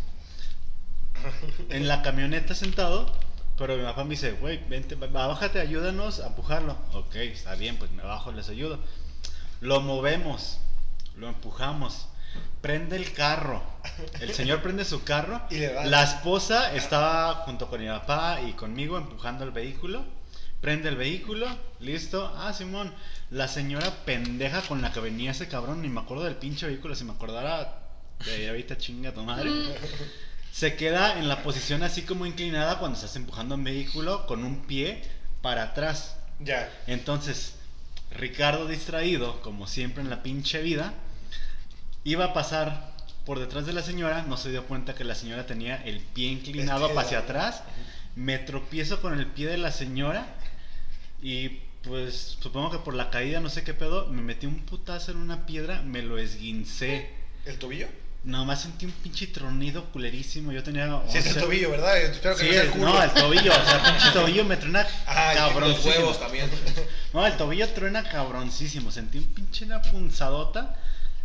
en la camioneta sentado. Pero mi papá me dice, güey, vente, bájate, ayúdanos a empujarlo. Ok, está bien, pues me bajo, les ayudo. Lo movemos, lo empujamos. Prende el carro. El señor prende su carro. Y le da. La esposa estaba junto con mi papá y conmigo empujando el vehículo. Prende el vehículo, listo. Simón. La señora pendeja con la que venía ese cabrón, ni me acuerdo del pinche vehículo. Si me acordara, de ahorita chinga tu madre. Se queda en la posición así como inclinada cuando estás empujando un vehículo con un pie para atrás. Ya. Entonces, Ricardo distraído, como siempre en la pinche vida, iba a pasar por detrás de la señora, no se dio cuenta que la señora tenía el pie inclinado hacia atrás. Me tropiezo con el pie de la señora y pues supongo que por la caída, no sé qué pedo, me metí un putazo en una piedra, me lo esguincé. ¿El tobillo? Nomás sentí un pinche tronido culerísimo. Yo tenía... Sí, es el 11. tobillo, ¿verdad? Espero que Sí, no sea el culo. el tobillo, o sea, pinche tobillo me truena Ay, Los cabroncísimo. huevos también. No, el tobillo truena cabroncísimo. Sentí un pinche una punzadota.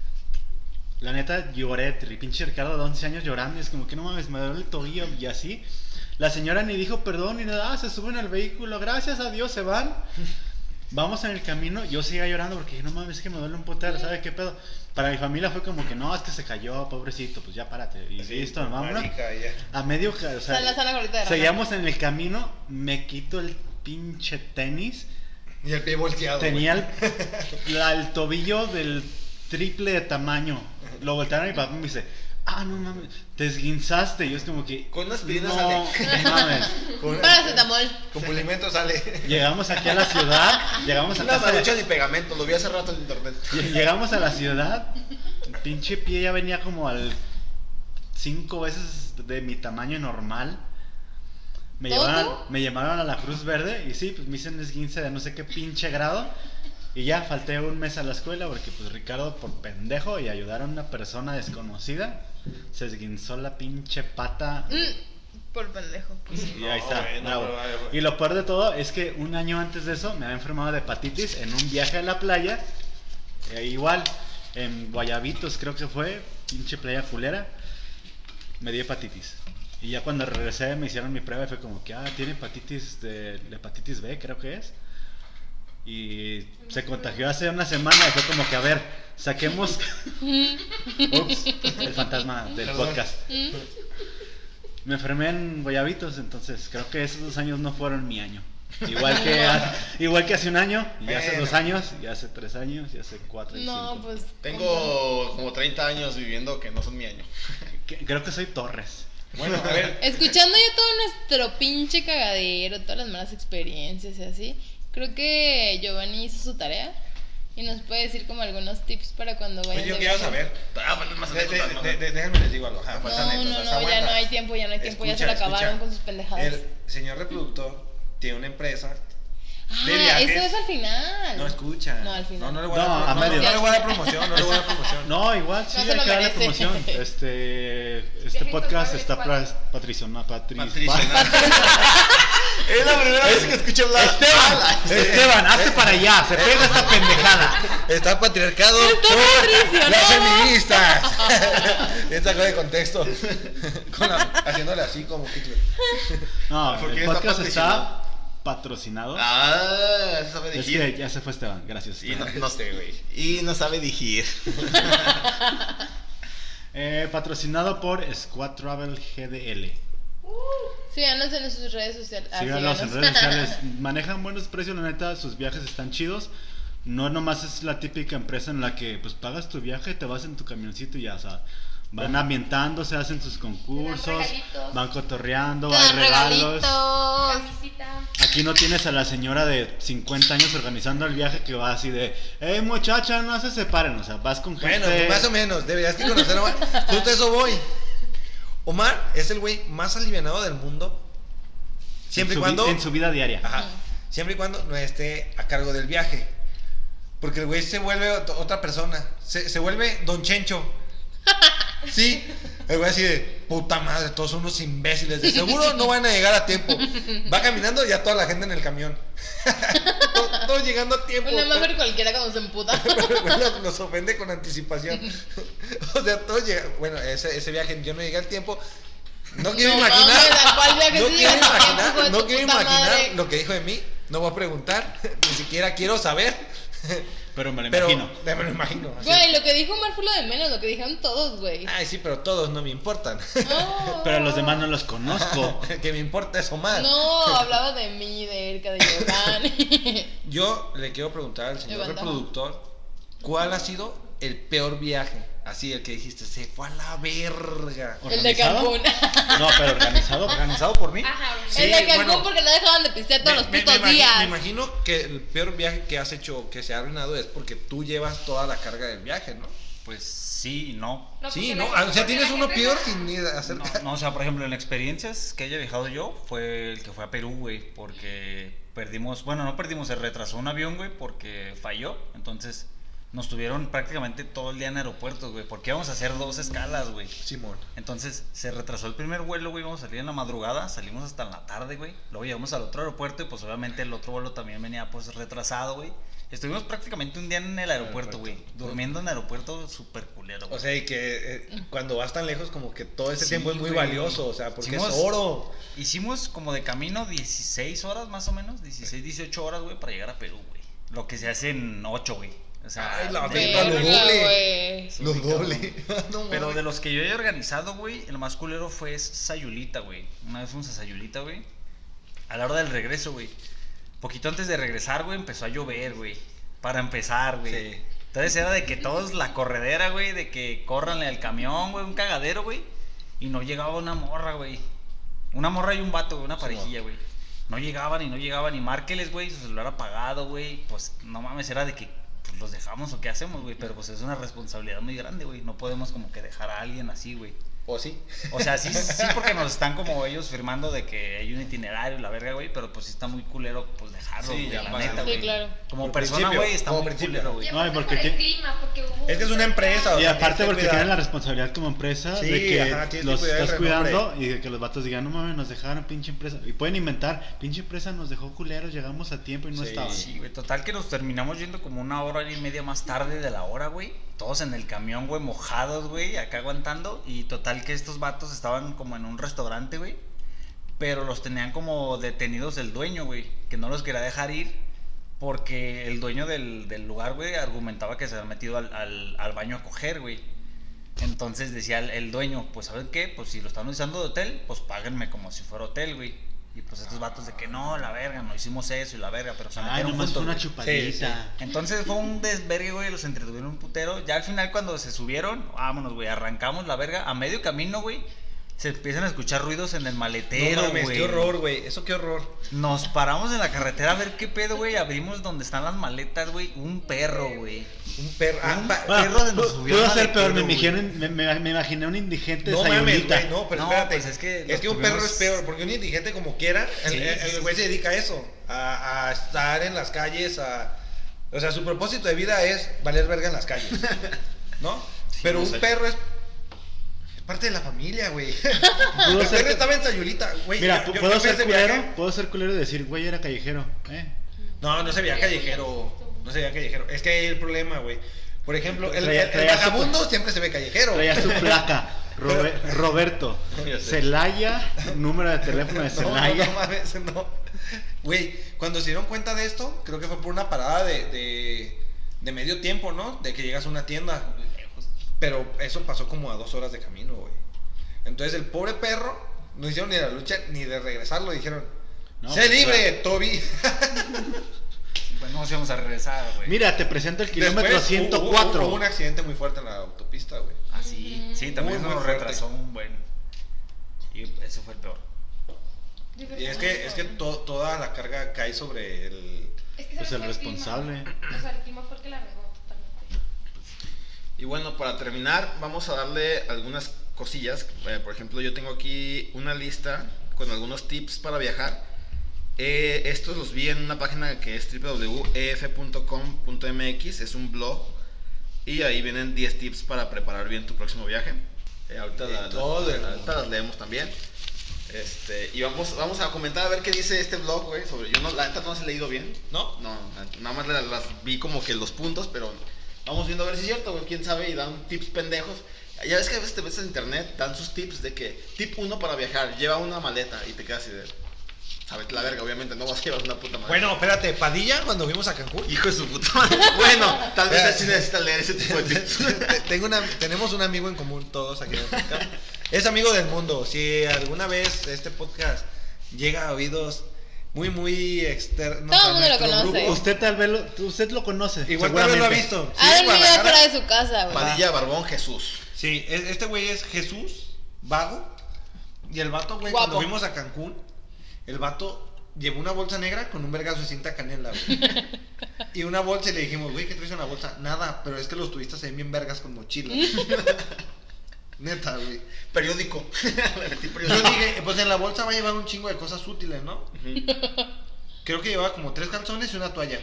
La neta lloré, pinche Ricardo de 11 años llorando. Y es como que no mames, me duele el tobillo y así. La señora ni dijo perdón ni nada. Se suben al vehículo, gracias a Dios se van. Vamos en el camino, yo seguía llorando porque dije, no mames, es que me duele un putero, ¿sabe qué pedo? Para mi familia fue como que no, es que se cayó, pobrecito, pues ya párate. Y Sí, listo, vámonos. marica, ya. A medio, o sea, La sana gorrita de rana. seguíamos en el camino, me quito el pinche tenis. Y el pie volteado. Tenía el tobillo del triple de tamaño. Lo voltearon a mi papá y me dice, no mames, te esguinzaste. Y yo es como que, Con una aspirina no, sale. no mames. Con, Paracetamol. con pulimento sale. Llegamos aquí a la ciudad, llegamos a Una casa de- marucha ni pegamento, lo vi hace rato en internet. Llegamos a la ciudad, el pinche pie ya venía como al 5 veces de mi tamaño normal. ¿Todo? Me llamaron a la Cruz Verde y sí, pues me hice un esguince de no sé qué pinche grado. Y ya falté un mes a la escuela porque pues Ricardo por pendejo y ayudar a una persona desconocida se esguinzó la pinche pata. Por pendejo. Y ahí está, bueno, bravo. pero- Y lo peor de todo es que un año antes de eso me había enfermado de hepatitis en un viaje a la playa. Igual, en Guayabitos creo que fue, pinche playa culera. Me di hepatitis. Y ya cuando regresé me hicieron mi prueba y fue como que, tiene hepatitis la hepatitis B, creo que es. Y se contagió hace una semana y fue como que, a ver, saquemos... Ups, el fantasma del Perdón. podcast. Me enfermé en Guayabitos, entonces creo que esos 2 años no fueron mi año. Igual que hace un año, y hace Bueno. 2 años, y hace 3 años, y hace 4 y 5. No, pues. Tengo como 30 años viviendo que no son mi año. Creo que soy Torres. Bueno, a ver. Escuchando ya todo nuestro pinche cagadero, todas las malas experiencias y así, creo que Giovanni hizo su tarea y nos puede decir como algunos tips para cuando vayan. Oye, yo de quiero viaje. saber. Más Déjenme les digo algo. Ajá, No, faltan no, anécdotas, no, ya aguanta. no hay tiempo, ya no Escucha, se lo acabaron escucha. con sus pendejadas. El señor reproductor tiene una empresa. de Ah, viajes. eso es al final. No, escucha. No, al final. No le voy a No, dar a promoción. medias. No le voy a dar promoción. No le voy a dar promoción. No, igual sí No se hay lo que darle merece. promoción. Este Viajes podcast Globales, está ¿cuál? patrocinado. Es la primera vez que escucho hablar. Esteban, hazte para allá, se pega esta pendejada. Está patriarcado Está por patricionado. las feministas. Ya sacó de contexto. Haciéndole así como Hitler. No, ¿Por qué el está podcast patrocinado? está patrocinado. Ah, sabe Es dirigir. que ya se fue Esteban, gracias. Y no, Esteban. y no sabe dirigir. Patrocinado por Squad Travel GDL. Síganos en sus redes sociales. Síganos en redes sociales. Manejan buenos precios, la neta, sus viajes están chidos. No nomás es la típica empresa en la que pues pagas tu viaje, te vas en tu camioncito y ya, o sea, van ambientándose, hacen sus concursos, regalitos. van cotorreando, Te hay dan regalos. regalitos. Camisita. Aquí no tienes a la señora de 50 años organizando el viaje que va así de, hey muchacha, no se separen, o sea, vas con gente. Bueno, pues más o menos. Deberías que conocer a Omar. Justo a eso voy. Omar es el güey más alivianado del mundo. Siempre y cuando. En su vida diaria. Ajá. Siempre y cuando no esté a cargo del viaje. Porque el güey se vuelve otra persona. Se vuelve Don Chencho. Sí. El güey así de puta madre, todos son unos imbéciles. De seguro no van a llegar a tiempo. Va caminando y ya toda la gente en el camión. Todos llegando a tiempo. Una mafia cualquiera cuando se emputa. Nos ofende con anticipación. O sea, todos llegan. Bueno, ese viaje yo no llegué al tiempo. No quiero No imaginar. mames, ¿a cuál viaje No sí quiero llegas a tiempo, imaginar, hijo de no tu quiero puta imaginar madre? lo que dijo de mí. No voy a preguntar. Ni siquiera quiero saber. Pero me lo Pero imagino. me lo imagino. así. Güey, lo que dijo Omar fue lo de menos, lo que dijeron todos, güey. Ay, sí, pero todos no me importan. No. Pero a los demás no los conozco. El que me importa es Omar. No, hablaba de mí, de Erika, de Giovanni. Yo le quiero preguntar al señor Levanta. reproductor, ¿cuál ha sido el peor viaje? Así, el que dijiste, se fue a la verga. El de ¿Organizado? Cancún. No, pero organizado. Organizado por mí. Ajá, Sí, El de Cancún bueno. porque no dejaban de pistear todos los putos me días. imagino que el peor viaje que has hecho, que se ha arruinado, es porque tú llevas toda la carga del viaje, ¿no? Pues sí y no. No, Sí, porque ¿no? la- O sea, porque tienes la uno gente peor no- sin ni hacer No, no, o sea, por ejemplo, en experiencias que haya viajado yo, fue el que fue a Perú, güey, porque perdimos, bueno, no perdimos, se retrasó un avión, güey, porque falló, entonces nos tuvieron prácticamente todo el día en aeropuertos, güey, porque íbamos a hacer 2 escalas, güey. Simón. Entonces se retrasó el primer vuelo, güey, íbamos a salir en la madrugada, salimos hasta en la tarde, güey. Luego llegamos al otro aeropuerto y pues obviamente el otro vuelo también venía pues retrasado, güey. Estuvimos prácticamente un día en el aeropuerto, güey, durmiendo en el aeropuerto súper culero, O güey. sea, y que cuando vas tan lejos, como que todo ese Sí, tiempo es muy güey. valioso, o sea, porque Hicimos- es oro. Hicimos como de camino 16 horas más o menos, 16, 18 horas, güey, para llegar a Perú, güey. Lo que se hace en 8, güey. O sea, Ay, la de- verga, lo Verga, doble. güey. Lo Sí, doble. No Pero mames. de los que yo he organizado, güey, el más culero fue Sayulita, güey. Una vez fuimos a Sayulita, güey. A la hora del regreso, güey. Poquito antes de regresar, güey, empezó a llover, güey. Para empezar, güey. Sí. Entonces era de que todos la corredera, güey, de que córranle al camión, güey, un cagadero, güey. Y no llegaba una morra, güey. Una morra y un vato, güey, una parejilla, güey. No llegaban y márqueles, güey, su celular apagado, güey. Pues no mames, era de que pues, los dejamos o qué hacemos, güey. Pero pues es una responsabilidad muy grande, güey. No podemos como que dejar a alguien así, güey. ¿O sí? O sea, sí, porque nos están como ellos firmando de que hay un itinerario y la verga, güey, pero pues sí está muy culero pues dejarlo, Sí, güey, ya la pasa. neta, Sí, güey. claro. Como Por persona, principio, güey, está como muy principio. culero, güey. Y No, y aparte porque por el te- clima, porque hubo Es que es una empresa, o Y sea, aparte tienes que porque cuidar. tienen la responsabilidad como empresa Sí, de que ajá, tienes que los cuidar el estás renombre. cuidando y de que los vatos digan, no mames, nos dejaron pinche empresa. Y pueden inventar, pinche empresa nos dejó culeros, llegamos a tiempo y no Sí. estaban. Sí, güey, total que nos terminamos yendo como 1 hora y media más tarde de la hora, güey. Todos en el camión, güey, mojados, güey, acá aguantando. Y total que estos vatos estaban como en un restaurante, güey. Pero los tenían como detenidos el dueño, güey, que no los quería dejar ir. Porque el dueño del lugar, güey, argumentaba que se habían metido al baño a coger, güey. Entonces decía el dueño, pues ¿saben qué? Pues si lo están usando de hotel, pues páguenme como si fuera hotel, güey. Y pues estos vatos de que no, la verga, no hicimos eso y la verga, pero se Ay, metieron nomás juntos, fue una güey. chupadita. Entonces fue un desvergue, güey, los entretuvieron un putero. Ya al final cuando se subieron, vámonos, güey, arrancamos la verga. A medio camino, güey, se empiezan a escuchar ruidos en el maletero, No mames, güey. qué horror, güey. Eso qué horror. Nos paramos en la carretera a ver qué pedo, güey. Abrimos donde están las maletas, güey. Un perro, güey. Un perro. Un Ah, perro se nos subió pudo al ser peor, maletero, güey. me imaginé un indigente No mames, sayulita. güey, no, pero No, espérate. pues es que es que un tuvimos- perro es peor, porque un indigente como quiera, Sí, el güey se dedica a eso, a estar en las calles, o sea, su propósito de vida es valer verga en las calles, ¿no? Pero no un sé. perro es parte de la familia, güey. Pudo El ser perro que- estaba en Sayulita, güey. Mira, yo puedo fui a ser ese culero, viaje. puedo ser culero y decir, güey, era callejero, No, no se veía callejero. No se veía callejero. Es que hay el problema, güey. Por ejemplo, el Traía su- vagabundo siempre se ve callejero. Traía su placa, Roberto, Ya sé. Celaya, número de teléfono de No, Celaya. no mames, no. Güey, cuando se dieron cuenta de esto, creo que fue por una parada de medio tiempo, ¿no? De que llegas a una tienda. Pero eso pasó como a 2 horas de camino, güey. Entonces el pobre perro no hicieron ni la lucha ni de regresarlo. Dijeron, No, ¡sé pues, libre, Toby! Pues no nos íbamos a regresar, güey. Mira, te presento el kilómetro Después 104. Hubo un accidente muy fuerte en la autopista, güey. Así, sí, también Muy, muy nos fuerte. retrasó un buen. Y eso fue el peor. Y es que toda la carga cae sobre el... Es que Pues ¿sabes el qué? clima. responsable. O sea, el clima fue el que la regó totalmente. Y bueno, para terminar, vamos a darle algunas cosillas. Por ejemplo, yo tengo aquí una lista con algunos tips para viajar. Estos los vi en una página que es www.ef.com.mx, es un blog. Y ahí vienen 10 tips para preparar bien tu próximo viaje. Ahorita ahorita las leemos también. Y vamos a comentar a ver qué dice este blog, güey. Yo no, la neta no las he leído bien. ¿No? No, nada más las vi como que los puntos, pero vamos viendo a ver si es cierto, güey, quién sabe, y dan tips pendejos. Ya ves que a veces te ves en internet, dan sus tips de que, tip 1 para viajar, lleva una maleta, y te quedas así de, sabes la verga, obviamente, no vas a llevar una puta maleta. Bueno, espérate, Padilla, cuando fuimos a Cancún. Hijo de su puta madre. Bueno, tal vez así necesitas leer ese tipo de tips. Tenemos un amigo en común todos aquí en el podcast. Es amigo del mundo. Si alguna vez este podcast llega a oídos muy externos Todo a el mundo lo nuestro conoce. grupo, Usted lo conoce. igual tal vez lo ha seguramente. visto. Sí, Hagan en un video Guadalajara. fuera de su casa, güey. Padilla, Barbón, Jesús. Sí, este güey es Jesús, vago. Y el vato, güey, Guapo. cuando fuimos a Cancún, el vato llevó una bolsa negra con un vergazo de cinta canela, güey. Y una bolsa y le dijimos, güey, ¿qué traes en la bolsa? Nada, pero es que los turistas se ven bien vergas con mochila. Neta, güey. Periódico. Yo dije, pues en la bolsa va a llevar un chingo de cosas útiles, ¿no? Creo que llevaba como 3 calzones y una toalla.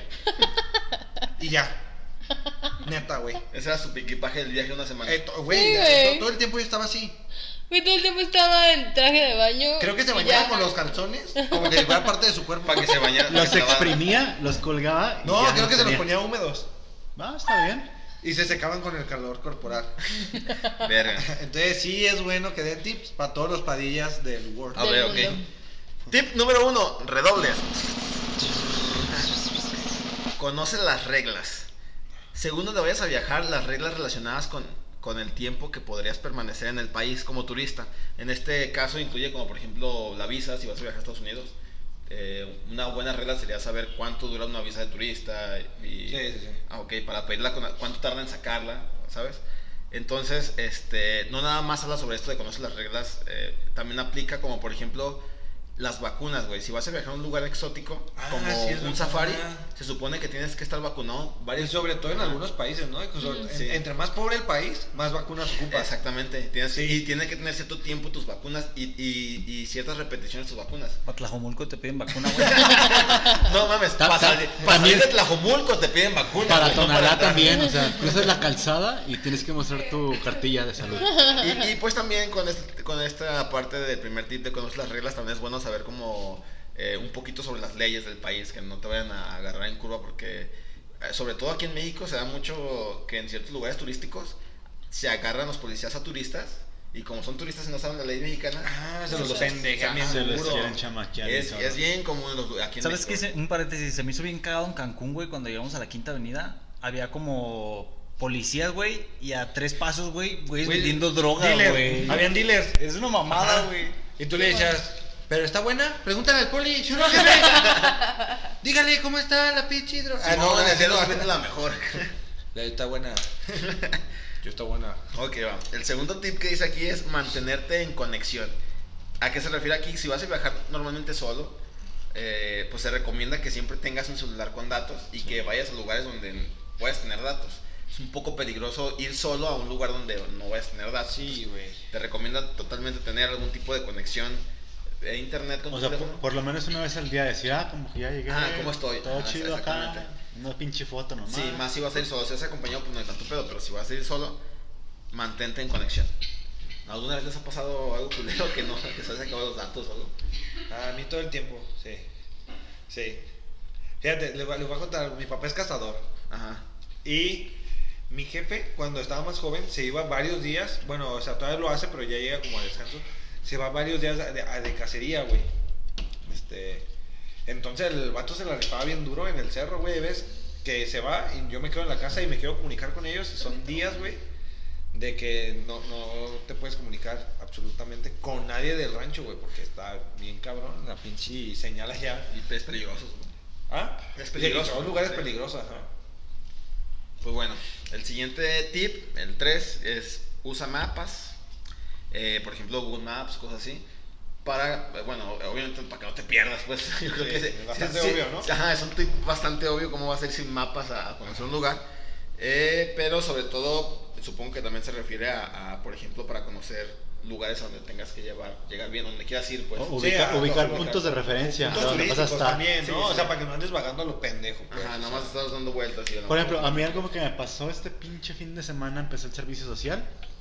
Y ya. Neta, güey. Ese era su equipaje del viaje de una semana. Güey, Sí, güey. todo el tiempo yo estaba así. Güey, todo el tiempo estaba en traje de baño. Creo que se y bañaba ya. con los calzones, como que fuera parte de su cuerpo. Para que se bañara. Los para que se lavara. exprimía, los colgaba. y No, ya creo que se los tenía. ponía húmedos. Va, está bien. Y se secaban con el calor corporal. Verga. Entonces sí es bueno que den tips para todos los padillas del World. A ver, ok. Del mundo. Tip número 1, redobles. Conoce las reglas. Según donde vayas a viajar, las reglas relacionadas con el tiempo que podrías permanecer en el país como turista. En este caso incluye como por ejemplo la visa si vas a viajar a Estados Unidos. Una buena regla sería saber cuánto dura una visa de turista y Sí. ok, para pedirla, cuánto tarda en sacarla, ¿sabes? Entonces, no nada más habla sobre esto de conocer las reglas, también aplica como por ejemplo las vacunas, güey. Si vas a viajar a un lugar exótico, como sí, es un verdad. safari, se supone que tienes que estar vacunado Y varios. sobre todo en algunos países, ¿no? Sí. Entre más pobre el país, más vacunas ocupa. Exactamente. Y tiene que tener cierto tiempo tus vacunas y ciertas repeticiones tus vacunas. Para Tlajomulco te piden vacuna, güey. No mames, para salir de Tlajomulco te piden vacunas. Para güey, no Tonalá entrar. también, o sea, cruzas la calzada y tienes que mostrar tu cartilla de salud. Y pues también con esta parte del primer tip de conocer las reglas, también es bueno saber como un poquito sobre las leyes del país, que no te vayan a agarrar en curva, porque sobre todo aquí en México se da mucho que en ciertos lugares turísticos se agarran los policías a turistas, y como son turistas y no saben la ley mexicana, Se los pendejan bien Se les seguro. quieren chamaquear. y todo. es bien común aquí en ¿Sabes qué? México. Un paréntesis, se me hizo bien cagado en Cancún, güey, cuando llegamos a la Quinta Avenida. Había como policías, güey, y a 3 pasos, güey, vendiendo droga, Dealer. güey. Habían dealers. Es una mamada, Ajá. güey. Y tú le decías, ¿pero está buena? Pregúntale al poli. Yo no, jefe. Dígale cómo está la pinche droga. No, en el cielo no. se vende la mejor. Está buena. Yo está buena. Ok, va. El segundo tip que dice aquí es mantenerte en conexión. ¿A qué se refiere aquí? Si vas a viajar normalmente solo, pues se recomienda que siempre tengas un celular con datos y que vayas a lugares donde puedas tener datos. Es un poco peligroso ir solo a un lugar donde no vayas a tener datos. Sí, güey. Te recomienda totalmente tener algún tipo de conexión de internet con O tu sea, teléfono. por lo menos una vez al día decir, como que ya llegué. ¿Cómo estoy? Todo Ajá, chido acá. exactamente. Una pinche foto nomás. Sí, más si vas a ir solo. Si vas acompañado, pues no hay tanto pedo. Pero si vas a ir solo, mantente en conexión. ¿Alguna vez les ha pasado algo culero que que se han acabado los datos o algo? A mí todo el tiempo, sí. Sí. Fíjate, les voy a contar, mi papá es cazador. Ajá. Y mi jefe, cuando estaba más joven, se iba varios días. Bueno, o sea, todavía lo hace, pero ya llega como a descanso. Se va varios días de cacería, güey. Entonces el vato se la rifaba bien duro en el cerro, güey. Ves que se va y yo me quedo en la casa y me quiero comunicar con ellos. Y son días, güey, de que no te puedes comunicar absolutamente con nadie del rancho, güey, porque está bien cabrón la pinche señal allá. Y es peligroso. ¿Ah? Es peligroso. Son lugares Sí. peligrosos, ajá. Pues bueno, el siguiente tip, el 3, es usa mapas. Por ejemplo, Google Maps, cosas así. Para, bueno, obviamente para que no te pierdas, pues. Yo creo Sí, que es bastante obvio, ¿no? Ajá, es un tip bastante obvio cómo vas a ir sin mapas a conocer un lugar. Pero sobre todo, supongo que también se refiere por ejemplo, para conocer lugares a donde tengas que llegar bien, donde quieras ir, pues. O Sí, ubicar ubicar puntos de referencia. Puntos donde vas a turísticos estar. también, ¿no? Sí, O sí. sea, para que no andes vagando a lo pendejo, pues. Ajá, nada más estás dando vueltas. Y Por ejemplo, a mí algo que me pasó este pinche fin de semana, empecé el servicio social.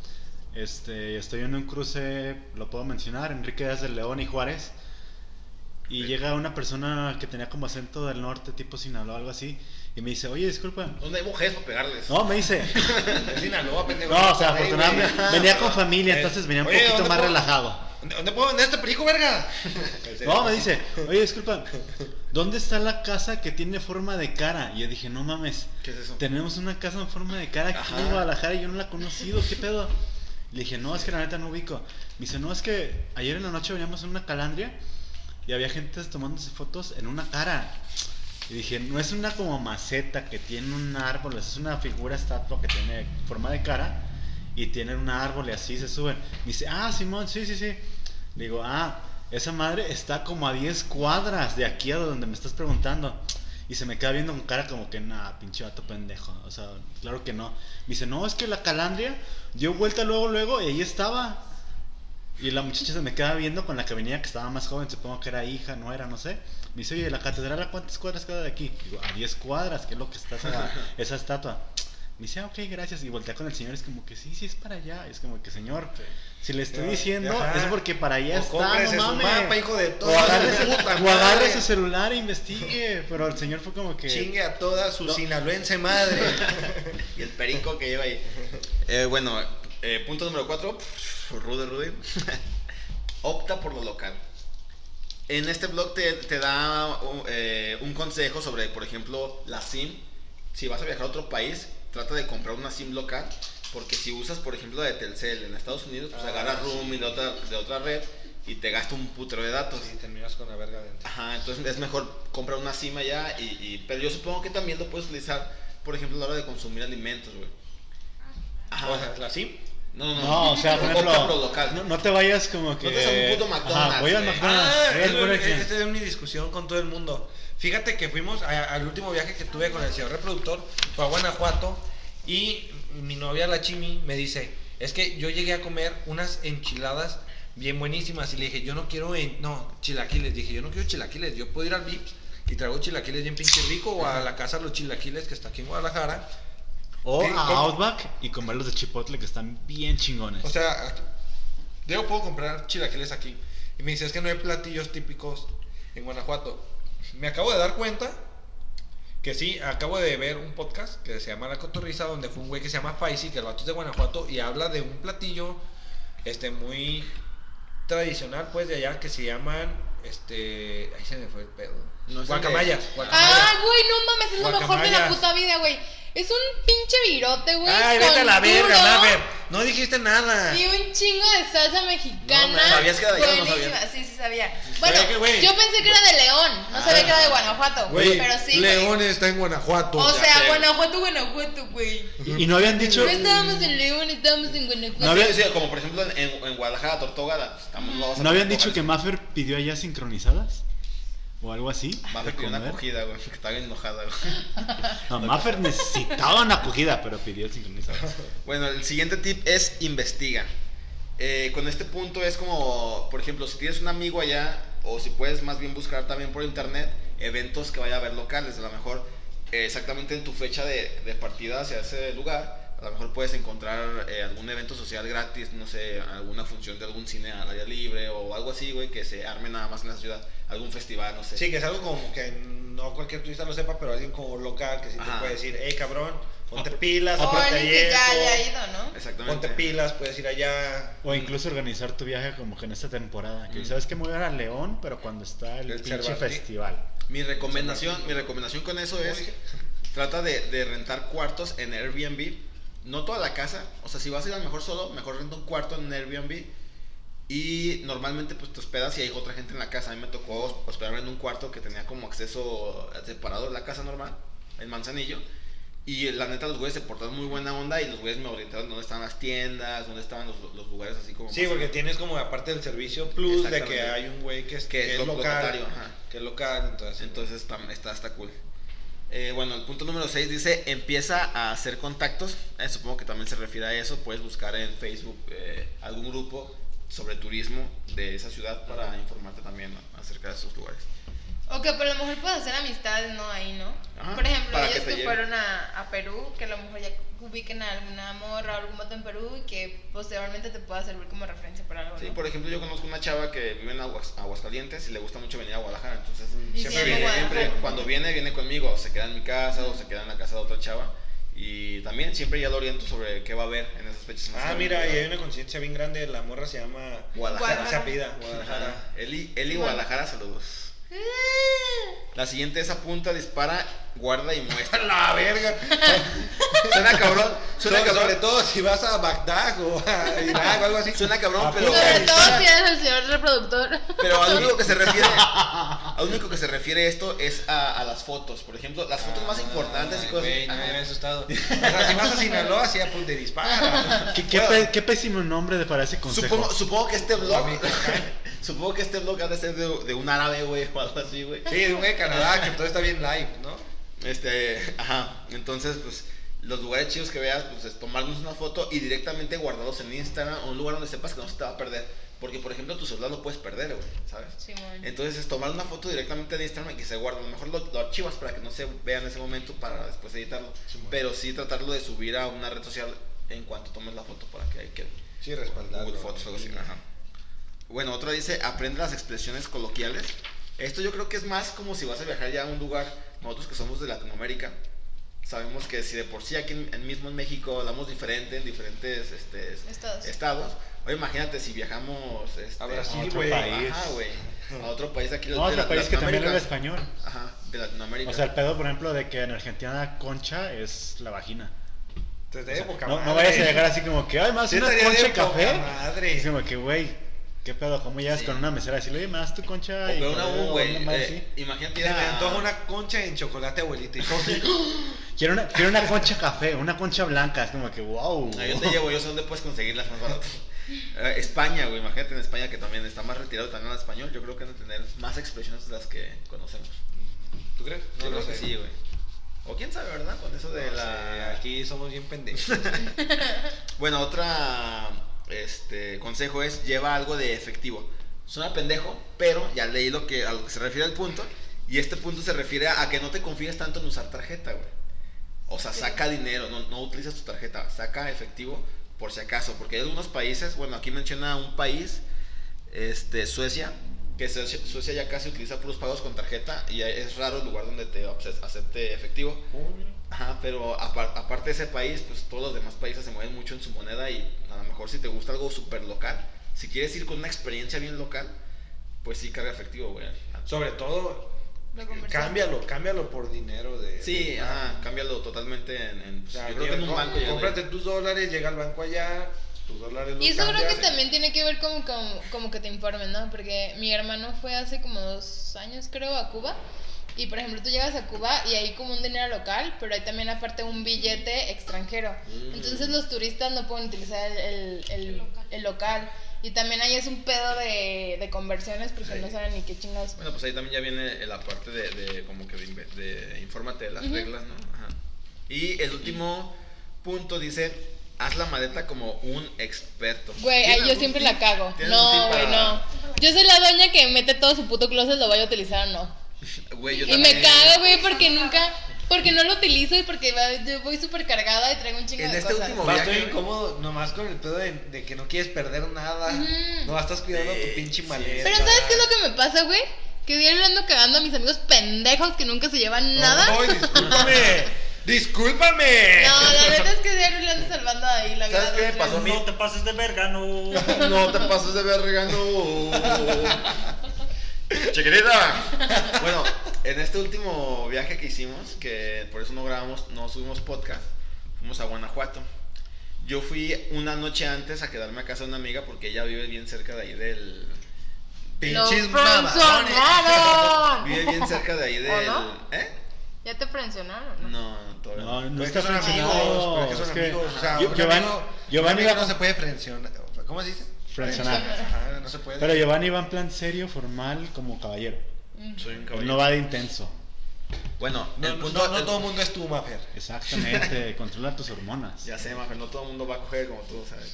Estoy en un cruce, lo puedo mencionar, Enrique Díaz del León y Juárez. Y llega una persona que tenía como acento del norte, tipo Sinaloa, algo así. Y me dice, oye, disculpa. ¿Dónde hay mujeres para pegarles? No, me dice. Es Sinaloa, pendejo. No, o sea, Monterrey, afortunadamente güey. venía con familia, entonces venía un Oye, poquito ¿dónde más puedo- relajado. ¿Dónde puedo vender este perico, verga? No, me dice, oye, disculpa, ¿dónde está la casa que tiene forma de cara? Y yo dije, no mames, ¿Qué es eso? tenemos una casa en forma de cara aquí Ajá. en Guadalajara y yo no la he conocido, ¿qué pedo? Le dije, no, es que la neta no ubico. Me dice, no, es que ayer en la noche veníamos en una calandria y había gente tomándose fotos en una cara. Y dije, no es una como maceta que tiene un árbol, es una figura estatua que tiene forma de cara y tiene un árbol y así se suben. Me dice, Simón, sí. Le digo, esa madre está como a 10 cuadras de aquí a donde me estás preguntando. Y se me queda viendo con cara como que, nah, pinche vato pendejo. O sea, claro que no. Me dice, no, es que la calandria dio vuelta luego y ahí estaba. Y la muchacha se me queda viendo con la que venía, que estaba más joven, supongo que era hija, no era, no sé. Me dice, oye, ¿la catedral a cuántas cuadras queda de aquí? Digo, a 10 cuadras, que es lo que está esa estatua. Me dice, ok, gracias. Y voltea con el señor, es como que sí, es para allá. Es como que, señor, si le estoy diciendo, Ajá. es porque para allá O está, cómprese no su mames. mapa, hijo de O toda agarre, su puta o agarre madre. su celular e investigue. Pero el señor fue como que... Chingue a toda su No. sinaloense madre. Y el perico que lleva ahí. Bueno, punto número 4. Rudy. Opta por lo local. En este blog te da un consejo sobre, por ejemplo, la SIM. Si vas a viajar a otro país, trata de comprar una SIM local. Porque si usas, por ejemplo, la de Telcel en Estados Unidos, pues agarras roaming de otra red y te gasta un putero de datos. Y terminas con la verga adentro. Ajá, entonces es mejor comprar una SIM allá. Pero yo supongo que también lo puedes utilizar, por ejemplo, a la hora de consumir alimentos, güey. Ajá. O sea, la SIM. No, o sea, por ejemplo, pero local. no te vayas como que... No te vas a un puto McDonald's, Ajá, voy al güey. McDonald's, voy al Burger King. Esta es mi discusión con todo el mundo. Fíjate que fuimos al último viaje que tuve con el señor reproductor, fue a Guanajuato, y mi novia, la Chimi, me dice, es que yo llegué a comer unas enchiladas bien buenísimas, y le dije, yo no quiero, chilaquiles, dije, yo no quiero chilaquiles, yo puedo ir al Vips y traigo chilaquiles bien pinche rico, o a la casa de los chilaquiles que está aquí en Guadalajara. O ¿Qué? a Outback y comer los de chipotle que están bien chingones. O sea, yo puedo comprar chilaquiles aquí. Y me dice, es que no hay platillos típicos en Guanajuato. Me acabo de dar cuenta que sí, acabo de ver un podcast que se llama La Cotorriza, donde fue un güey que se llama Faisy, que el vato es de Guanajuato, y habla de un platillo muy tradicional, pues, de allá, que se llaman, ahí se me fue el pedo. No es Guacamayas. Ay, güey, no mames, es lo mejor de la Guacamayas. puta vida, güey. Es un pinche virote, güey. Ay, vete a con la verga, duro Maffer. No dijiste nada. Y un chingo de salsa mexicana. No, ¿sabías que era de allá o no buenísima. sabías? Sí, sabía. Bueno, que, güey. yo pensé que era de León. No sabía que era de Guanajuato. Güey, pero sí. León está en Guanajuato. O Ya sea, sé. Guanajuato, güey. Y no habían dicho... No estábamos en León, estábamos en Guanajuato. No había- Sí, como por ejemplo en Guadalajara, Tortogada. ¿No habían dicho que Maffer pidió allá sincronizadas? ¿O algo así? Maffer de pidió una comer? acogida, güey, que estaba bien enojada, güey. No, Maffer necesitaba una acogida, pero pidió sincronizadas. Bueno, el siguiente tip es investiga. Con este punto es como, por ejemplo, si tienes un amigo allá, o si puedes más bien buscar también por internet eventos que vaya a haber locales. A lo mejor exactamente en tu fecha de partida hacia ese lugar, a lo mejor puedes encontrar algún evento social gratis, no sé, alguna función de algún cine al aire libre o algo así, güey, que se arme nada más en la ciudad, algún festival, no sé. Sí, que es algo como que no cualquier turista lo sepa, pero alguien como local que sí te Ajá. puede decir, hey cabrón, ponte pilas, O apúrate alguien que ya haya esto, ido, ¿no? Exactamente. ponte pilas, puedes ir allá. O incluso organizar tu viaje como que en esta temporada. Que sabes que me voy a ir a León, pero cuando está el pinche Cervantes. festival. Mi recomendación con eso es, trata de rentar cuartos en Airbnb. No toda la casa, o sea, si vas a ir a lo mejor solo, mejor renta un cuarto en Airbnb. Y normalmente pues te hospedas y hay otra gente en la casa. A mí me tocó hospedarme en un cuarto que tenía como acceso separado de la casa normal, en Manzanillo. Y la neta los güeyes se portaron muy buena onda y los güeyes me orientaron dónde estaban las tiendas, dónde estaban los lugares así como... Sí, más- porque tienes como aparte del servicio plus de que Exactamente. hay un güey que es lo- local, locatario, ajá. que es local, entonces. Entonces está cool. Bueno, el punto número 6 dice, empieza a hacer contactos. Supongo que también se refiere a eso. Puedes buscar en Facebook algún grupo sobre turismo de esa ciudad para informarte también, ¿no?, acerca de esos lugares. O que por lo mejor puedes hacer amistades, ¿no? Ahí, ¿no? Ajá, Por ejemplo, para que ellos te que lleven. fueron a Perú, que a lo mejor ya ubiquen a alguna morra o algún vato en Perú y que posteriormente te pueda servir como referencia para algo, Sí, ¿no? por ejemplo, yo conozco una chava que vive en Aguascalientes y le gusta mucho venir a Guadalajara. Entonces, Y siempre si llama viene, Guadalajara. cuando viene conmigo, o se queda en mi casa o se queda en la casa de otra chava. Y también siempre ya lo oriento sobre qué va a haber en esas fechas. Mira, y hay una conciencia bien grande, la morra se llama Guadalajara. se apellida, Guadalajara. Ajá. Eli Guadalajara, saludos. La siguiente es apunta, dispara, guarda y muestra. La verga. Suena cabrón, Sobre todo si vas a Bagdad o a Irak o algo así. Suena cabrón, pero, Sobre todo si eres el señor reproductor. pero al único que se refiere esto es a las fotos. Por ejemplo, las fotos más importantes y cosas. Güey, no Ajá. me había asustado. O sea, si vas a Sinaloa, sí apunte, dispara. ¿Qué pésimo nombre para ese consejo? Supongo que este blog Guau, supongo que este blog ha de ser de un árabe, güey, o algo así, güey. Sí, de un güey de Canadá, que todo está bien live, ¿no? Ajá, entonces pues los lugares chidos que veas, pues es tomarnos una foto y directamente guardarlos en Instagram o un lugar donde sepas que no se te va a perder, porque por ejemplo tu celular lo puedes perder, güey, ¿sabes? Simón. Entonces es tomar una foto directamente de Instagram y que se guarde, a lo mejor lo archivas para que no se vea en ese momento para después editarlo, pero sí tratarlo de subir a una red social en cuanto tomes la foto para que ahí quede. Sí, respaldarlo. Google Fotos o algo así, ajá. Bueno, otro dice, aprende las expresiones coloquiales. Esto yo creo que es más como si vas a viajar ya a un lugar, nosotros que somos de Latinoamérica, sabemos que si de por sí aquí mismo en México hablamos diferente en diferentes estados, oye, imagínate si viajamos A Brasil, otro güey. país. Ajá, güey, a otro país aquí No, otro país que también habla Latinoamérica. español. Ajá, de Latinoamérica. O sea, el pedo, por ejemplo, de que en Argentina concha es la vagina. Desde O sea, época no madre. vayas a llegar así como que, ay, más Sí, una estaría de concha de poca café. madre. Es como que, güey, ¿Qué pedo? ¿Cómo llegas Sí. con una mesera a decirle, oye, me das tu concha? O y peor una con- güey. una madre así? Imagínate Se ir me a... antoja una concha en chocolate, abuelita. Y todo así. Quiero una concha café, una concha blanca. Es como que, wow. Ah, yo te llevo, yo sé dónde puedes conseguirlas más baratas. España, güey, imagínate en España que también está más retirado también al español. Yo creo que van a tener más expresiones de las que conocemos. ¿Tú crees? Yo creo no que sé. sí, güey. O quién sabe, ¿verdad? Con eso de No la... sé, aquí somos bien pendejos. Bueno, otra consejo es lleva algo de efectivo. Suena pendejo, pero ya leí a lo que se refiere al punto. Y este punto se refiere a que no te confíes tanto en usar tarjeta, güey. O sea, saca dinero, no utilices tu tarjeta, saca efectivo por si acaso. Porque hay algunos países, bueno, aquí menciona un país, Suecia, que Suecia ya casi utiliza puros pagos con tarjeta y es raro el lugar donde te acepte efectivo. Ajá, pero aparte de ese país, pues todos los demás países se mueven mucho en su moneda y a lo mejor si te gusta algo súper local, si quieres ir con una experiencia bien local, pues sí carga efectivo, güey. Sobre todo, Lo conversamos. cámbialo por dinero de... Sí, de- ajá, cámbialo totalmente O pues, sea, yo creo que en un banco llega cómprate tus dólares, llega al banco allá, tus dólares los Y eso creo que cambias. también tiene que ver como que te informen, ¿no? Porque mi hermano fue hace como 2 años, creo, a Cuba. Y por ejemplo, tú llegas a Cuba y hay como un dinero local, pero hay también aparte un billete extranjero. Entonces los turistas no pueden utilizar el local. Y también ahí es un pedo de conversiones porque Sí. no saben ni qué chingados. Bueno, pues ahí también ya viene la parte de como que de infórmate de las Ujú. reglas, ¿no? Ajá. Y el último punto dice, haz la maleta como un experto. Güey, ahí ¿Tienes yo algún siempre tip? la cago. ¿Tienes un No, tip güey, para- no. Yo soy la doña que mete todo su puto closet, lo vaya a utilizar o no. Güey, yo Y me también. cago, güey, porque no lo utilizo y porque yo voy súper cargada y traigo un chingo En de este cosas. último Vas viaje, muy güey. incómodo nomás con el pedo de que no quieres perder nada. Ujú. No estás cuidando Sí, tu pinche sí. maleta. Pero ¿sabes qué es lo que me pasa, güey? Que diario le ando cagando a mis amigos pendejos que nunca se llevan nada. ¡Ay, discúlpame! ¡Discúlpame! No, la verdad es que diario le ando salvando ahí la vida. ¿Sabes qué me a los pasó a mí? No te pases de verga, no. No te pases de verga, no. Chiquitita. Bueno, en este último viaje que hicimos, que por eso no subimos podcast, fuimos a Guanajuato. Yo fui una noche antes a quedarme a casa de una amiga porque ella vive bien cerca de ahí del... Los Pinches mamadones. frencionaron. Vive bien cerca de ahí del... no? ¿Eh? ¿Ya te frencionaron? No, todavía no. No Pero es que está son amigos, frencionado. pero es que son Es que amigos. O sea, Yo- un Giovanni- amigo- Giovanni un amigo va- no se puede frencionar. ¿Cómo se dice? Frencionar. Ajá, no se puede. Pero Giovanni va en plan serio, formal, como caballero. Soy un Él caballero. no va de intenso. Bueno, No, el no, punto... no todo el mundo es tu Mafer. Exactamente, controla tus hormonas. Ya sé, Mafer, no todo el mundo va a coger como tú, ¿sabes?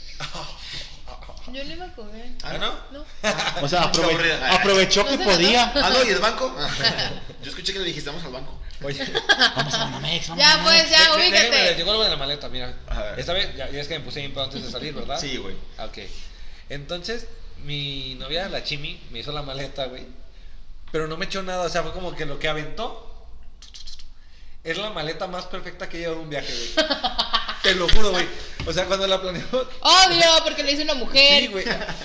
Yo no iba a coger. ¿Ah, no? No. O sea, Qué aburrida. aprovechó No que se podía. Ah, no, ¿y el banco? Yo escuché que le dijiste, vamos al banco. Oye, Vamos a Banamex, vamos Ya, a pues, Banamex. ya, Déjenme, les ubícate. digo algo de la maleta, mira. A ver. Esta vez, ya es que me puse bien pedo antes de salir, ¿verdad? Sí, güey. Ok. Entonces, mi novia, la Chimi, me hizo la maleta, güey. Pero no me echó nada, o sea, fue como que lo que aventó es la maleta más perfecta que he llevado en un viaje, güey. Te lo juro, güey. O sea, cuando la planeó. Obvio, porque le hice una mujer. Sí, güey.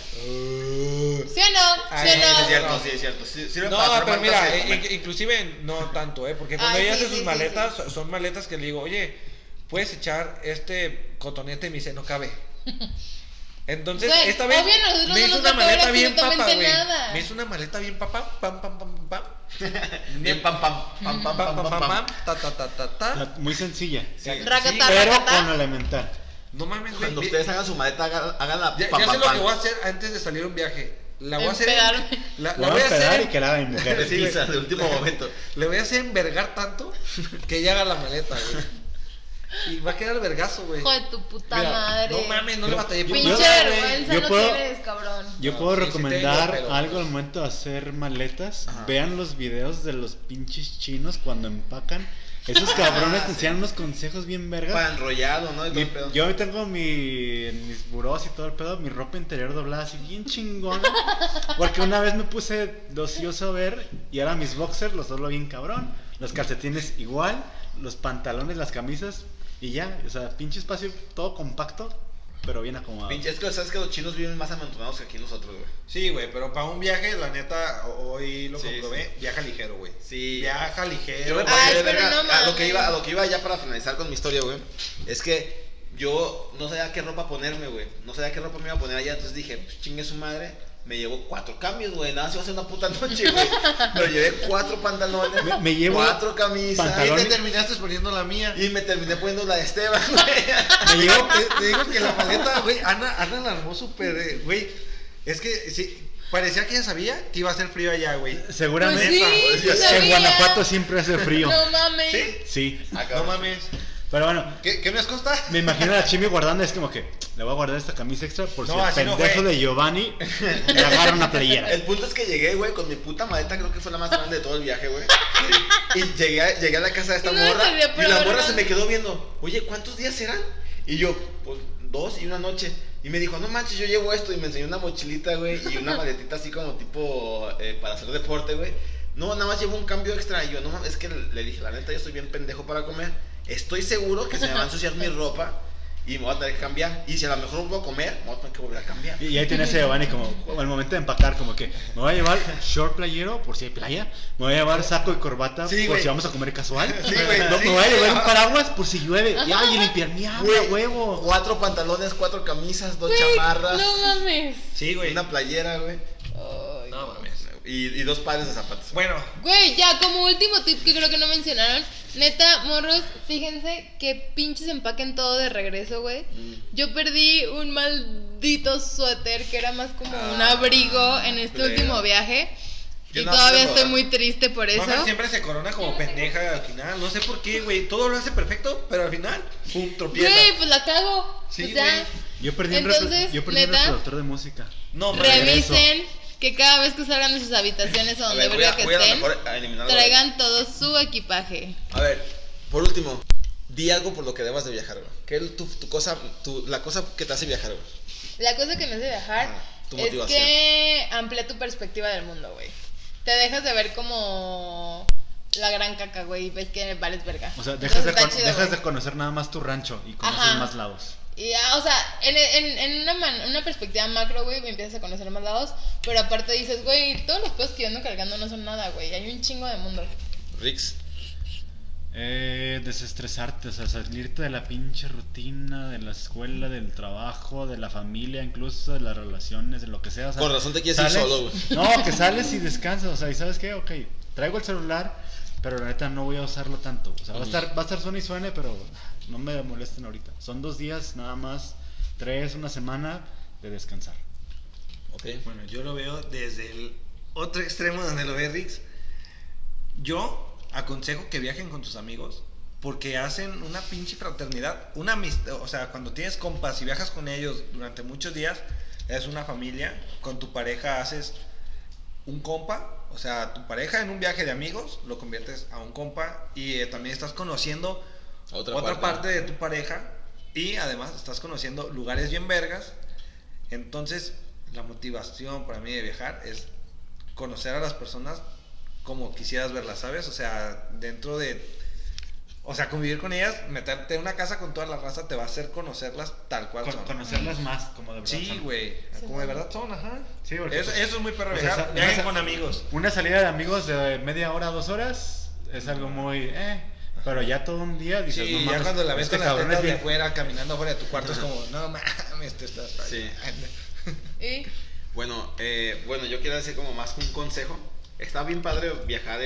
¿Sí o no? Ay, ¿Sí o Sí, es no? cierto, sí, es cierto. Sí, sirve No, para hacer pero maletas mira, de comer. inclusive no tanto, porque cuando Ay, ella sí, hace sus sí, maletas, son maletas que le digo, oye, puedes echar este cotonete y me dice, no cabe. Entonces, Güey, esta vez obvio, a nosotros me no hizo nos una va a caber maleta bien papa, absolutamente güey. nada. Me hizo una maleta bien papa, pam, pam, pam, pam. Bien pam, pam, pam, pam, pam, pam, pam. ta, ta, ta, ta, ta. Muy sencilla. Sí. Racata, Pero racata. con elemental. No mames, güey. Cuando ustedes hagan su maleta, hagan la Ya pam, sé pam, lo que pam. voy a hacer antes de salir a un viaje. La voy a hacer. Empedarme. La Lo voy voy a a pedar y hacer. que la haga mi mujer. Sí, güey. Pizza de último momento. Le voy a hacer envergar tanto que ella haga la maleta, güey. Y va a quedar el vergazo, güey. Hijo de tu puta Mira, madre. no mames, no le batallé por Pinche nada, güey. vergüenza Yo no puedo- tienes, cabrón. Yo No, puedo sí, sí recomendar tengo, pero- algo al momento de hacer maletas. Ajá. Vean los videos de los pinches chinos cuando empacan. Esos cabrones te enseñan unos consejos bien vergas. Para enrollado, ¿no? Y todo el pedo. Yo tengo en mis burós y todo el pedo, mi ropa interior doblada así bien chingona. Porque una vez me puse de ocioso a ver y ahora mis boxers los doblo bien cabrón. Los calcetines igual, los pantalones, las camisas y ya. O sea, pinche espacio todo compacto, pero bien acomodado. Pinche, es que sabes que los chinos viven más amontonados que aquí nosotros, güey. sí, güey, pero para un viaje, la neta, hoy lo Sí, comprobé, viaja ligero, güey. Sí. Viaja ligero. Yo me Ay, pasé de pero verga. no a lo que mames. iba ya para finalizar con mi historia, güey. Es que yo no sabía qué ropa ponerme, güey. No sabía qué ropa me iba a poner allá. Entonces dije, pues chingue su madre. me llevo 4 cambios, güey. Nada, se va a hacer una puta noche, güey. Pero llevé 4 pantalones, Me llevo 4 camisas. pantalón- Y te terminaste poniendo la mía. Y me terminé poniendo la de Esteban, güey. Me digo, te digo que la maleta, güey, Ana la armó súper, güey. Es que sí, parecía que ella sabía que iba a hacer frío allá, güey. Seguramente. Pues sí, en sabía. Guanajuato siempre hace frío. No mames. Sí. No mames. Pero bueno, ¿Qué me has costado? me imagino a la Chimi guardando, es como que le voy a guardar esta camisa extra por No, si el así no pendejo fue. de Giovanni le agarra una playera. El punto es que llegué, güey, con mi puta maleta, creo que fue la más grande de todo el viaje, güey. Y llegué a la casa de esta No morra sabía, y pero la bueno. morra se me quedó viendo. Oye, ¿cuántos días serán? Y yo, pues 2 y una noche. Y me dijo, no manches, yo llevo esto. Y me enseñó una mochilita, güey, y una maletita así como tipo para hacer deporte, güey. No, nada más llevo un cambio extra. Y yo, no mames, es que le dije, la neta, yo estoy bien pendejo para comer. Estoy seguro que se me va a ensuciar mi ropa y me voy a tener que cambiar. Y si a lo mejor no puedo comer, me voy a tener que volver a cambiar. Y ahí tenés a Giovanni como al momento de empacar, como que me voy a llevar short playero por si hay playa, me voy a llevar saco y corbata Sí, por güey. si vamos a comer casual, Sí, güey, no, sí, me voy a llevar güey. un paraguas por si llueve, y ay, el impermeable, Güey, huevo. 4 pantalones, 4 camisas, 2 Güey, chamarras, no mames. Sí, güey. una playera, güey. Ay, No mames. Y 2 pares de zapatos. Bueno, Güey, ya, como último tip que creo que no mencionaron. Neta, morros, fíjense que pinches empaquen todo de regreso, güey. Yo perdí un maldito suéter que era más como un abrigo en este culero. último viaje. Yo Y no todavía sé, estoy ¿verdad? muy triste por eso. Mafer siempre se corona como pendeja al final. No sé por qué, güey. Todo lo hace perfecto, pero al final, pum, tropieza. Güey, pues la cago. Sí, o sea, güey. Yo perdí, Entonces, un neta, reproductor de música. No, mames. revisen que cada vez que salgan de sus habitaciones o A donde ver, verga que voy a lo estén, mejor a eliminarlo. traigan todo su equipaje. A ver, por último, di algo por lo que debas de viajar, güey. ¿Qué es la cosa que te hace viajar, güey? La cosa que me hace viajar Tu es motivación. que amplía tu perspectiva del mundo, güey. Te dejas de ver como la gran caca, güey, y ves que vales verga. O sea, dejas, Entonces está chido, dejas güey. de conocer nada más tu rancho y conoces Ajá. más lados. Y, o sea, en una perspectiva macro, güey, me empiezas a conocer más lados, pero aparte dices, güey, todos los pedos que yo ando cargando no son nada, güey, hay un chingo de mundo. Rix. Desestresarte, o sea, salirte de la pinche rutina, de la escuela, del trabajo, de la familia, incluso de las relaciones, de lo que sea. O sea, Con razón te quieres ir sales- solo, güey. No, que sales y descansas, o sea, ¿y sabes qué? Ok, traigo el celular, pero la neta no voy a usarlo tanto. O sea, va a estar suene y suene, pero no me molesten ahorita. Son 2 días nada más, 3, una semana de descansar. Ok. Bueno, yo lo veo desde el otro extremo donde lo ve Rix. Yo aconsejo que viajen con tus amigos porque hacen una pinche fraternidad, una amistad. O sea, cuando tienes compas y viajas con ellos durante muchos días, es una familia. Con tu pareja haces un compa. O sea, tu pareja en un viaje de amigos lo conviertes a un compa y también estás conociendo otra parte de tu pareja y además estás conociendo lugares bien vergas. Entonces, la motivación para mí de viajar es conocer a las personas como quisieras verlas, ¿sabes? O sea, dentro de... O sea, convivir con ellas, meterte en una casa con toda la raza te va a hacer conocerlas tal cual son. Conocerlas más, como de verdad. Sí, son. güey. Como de verdad son, ajá. Sí, porque Eso, pues, eso es muy perro o sea, viajar. Viajen con amigos. Una salida de amigos de media hora, 2 horas es algo muy... pero ya todo un día dices, Sí, no ya mames, cuando la ves este con las cabrón es tetas de bien- afuera, caminando fuera de tu cuarto, es como, no mames, te estás... Sí. ¿Y? Bueno, yo quiero decir como más un consejo. Está bien padre viajar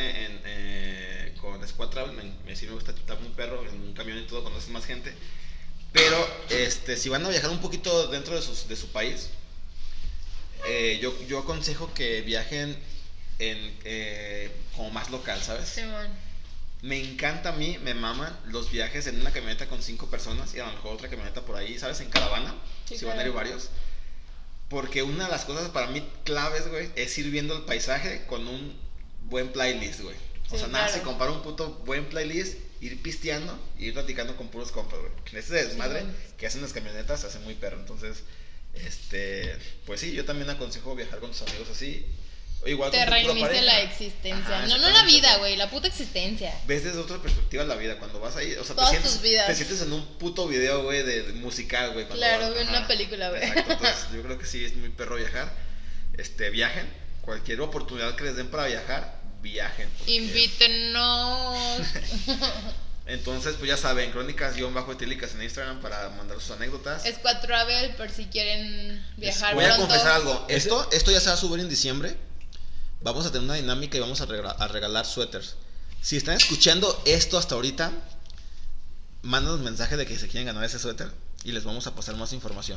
con Squad Travel. Sí me gusta estar muy perro en un camión y todo, conoces más gente. Pero si van a viajar un poquito dentro de su país, yo aconsejo que viajen como más local, ¿sabes? Simón. Me encanta a mí, me maman los viajes en una camioneta con 5 personas y a lo mejor otra camioneta por ahí, ¿sabes? En caravana, Sí, si van a ir claro. varios. Porque una de las cosas para mí claves, güey, es ir viendo el paisaje con un buen playlist, güey. O Sí, sea, nada claro. se compara un puto buen playlist, ir pisteando y ir platicando con puros compas, güey. Ese desmadre bueno. que hacen las camionetas se hace muy perro. Entonces, pues sí, yo también aconsejo viajar con tus amigos así. O igual Te con tu pura reinicia pareja. la existencia. Ajá, No la exactamente. vida, güey, la puta existencia. Ves desde otra perspectiva la vida cuando vas ahí, o sea, Todas tus vidas. te sientes en un puto video, güey, de musical, güey. cuando Claro, vas, en ajá. una película, güey. Exacto, entonces yo creo que sí es muy perro viajar. Viajen, cualquier oportunidad que les den para viajar, viajen. porque- Invítenos. Entonces, pues ya saben, crónicas-etílicas en Instagram para mandar sus anécdotas. Squad Travel por si quieren viajar Voy a pronto. confesar algo. Esto ya se va a subir en diciembre. Vamos a tener una dinámica y vamos a regalar suéteres. Si están escuchando esto hasta ahorita, mándanos mensaje de que se quieren ganar ese suéter y les vamos a pasar más información.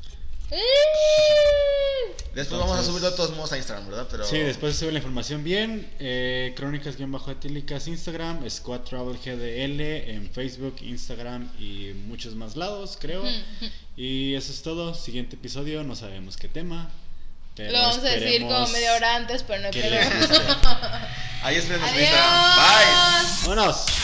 Después vamos a subirlo de todos modos a Instagram, ¿verdad? Pero... Sí, después se sube la información bien. Crónicas-etílicas Instagram, Squad Travel GDL en Facebook, Instagram y muchos más lados, creo. Y eso es todo. Siguiente episodio, no sabemos qué tema. Pero Lo vamos a decir como esperemos media hora antes, pero no hay que problema. les guste. Ahí esperen en Adiós. Instagram. Bye. ¡Vámonos!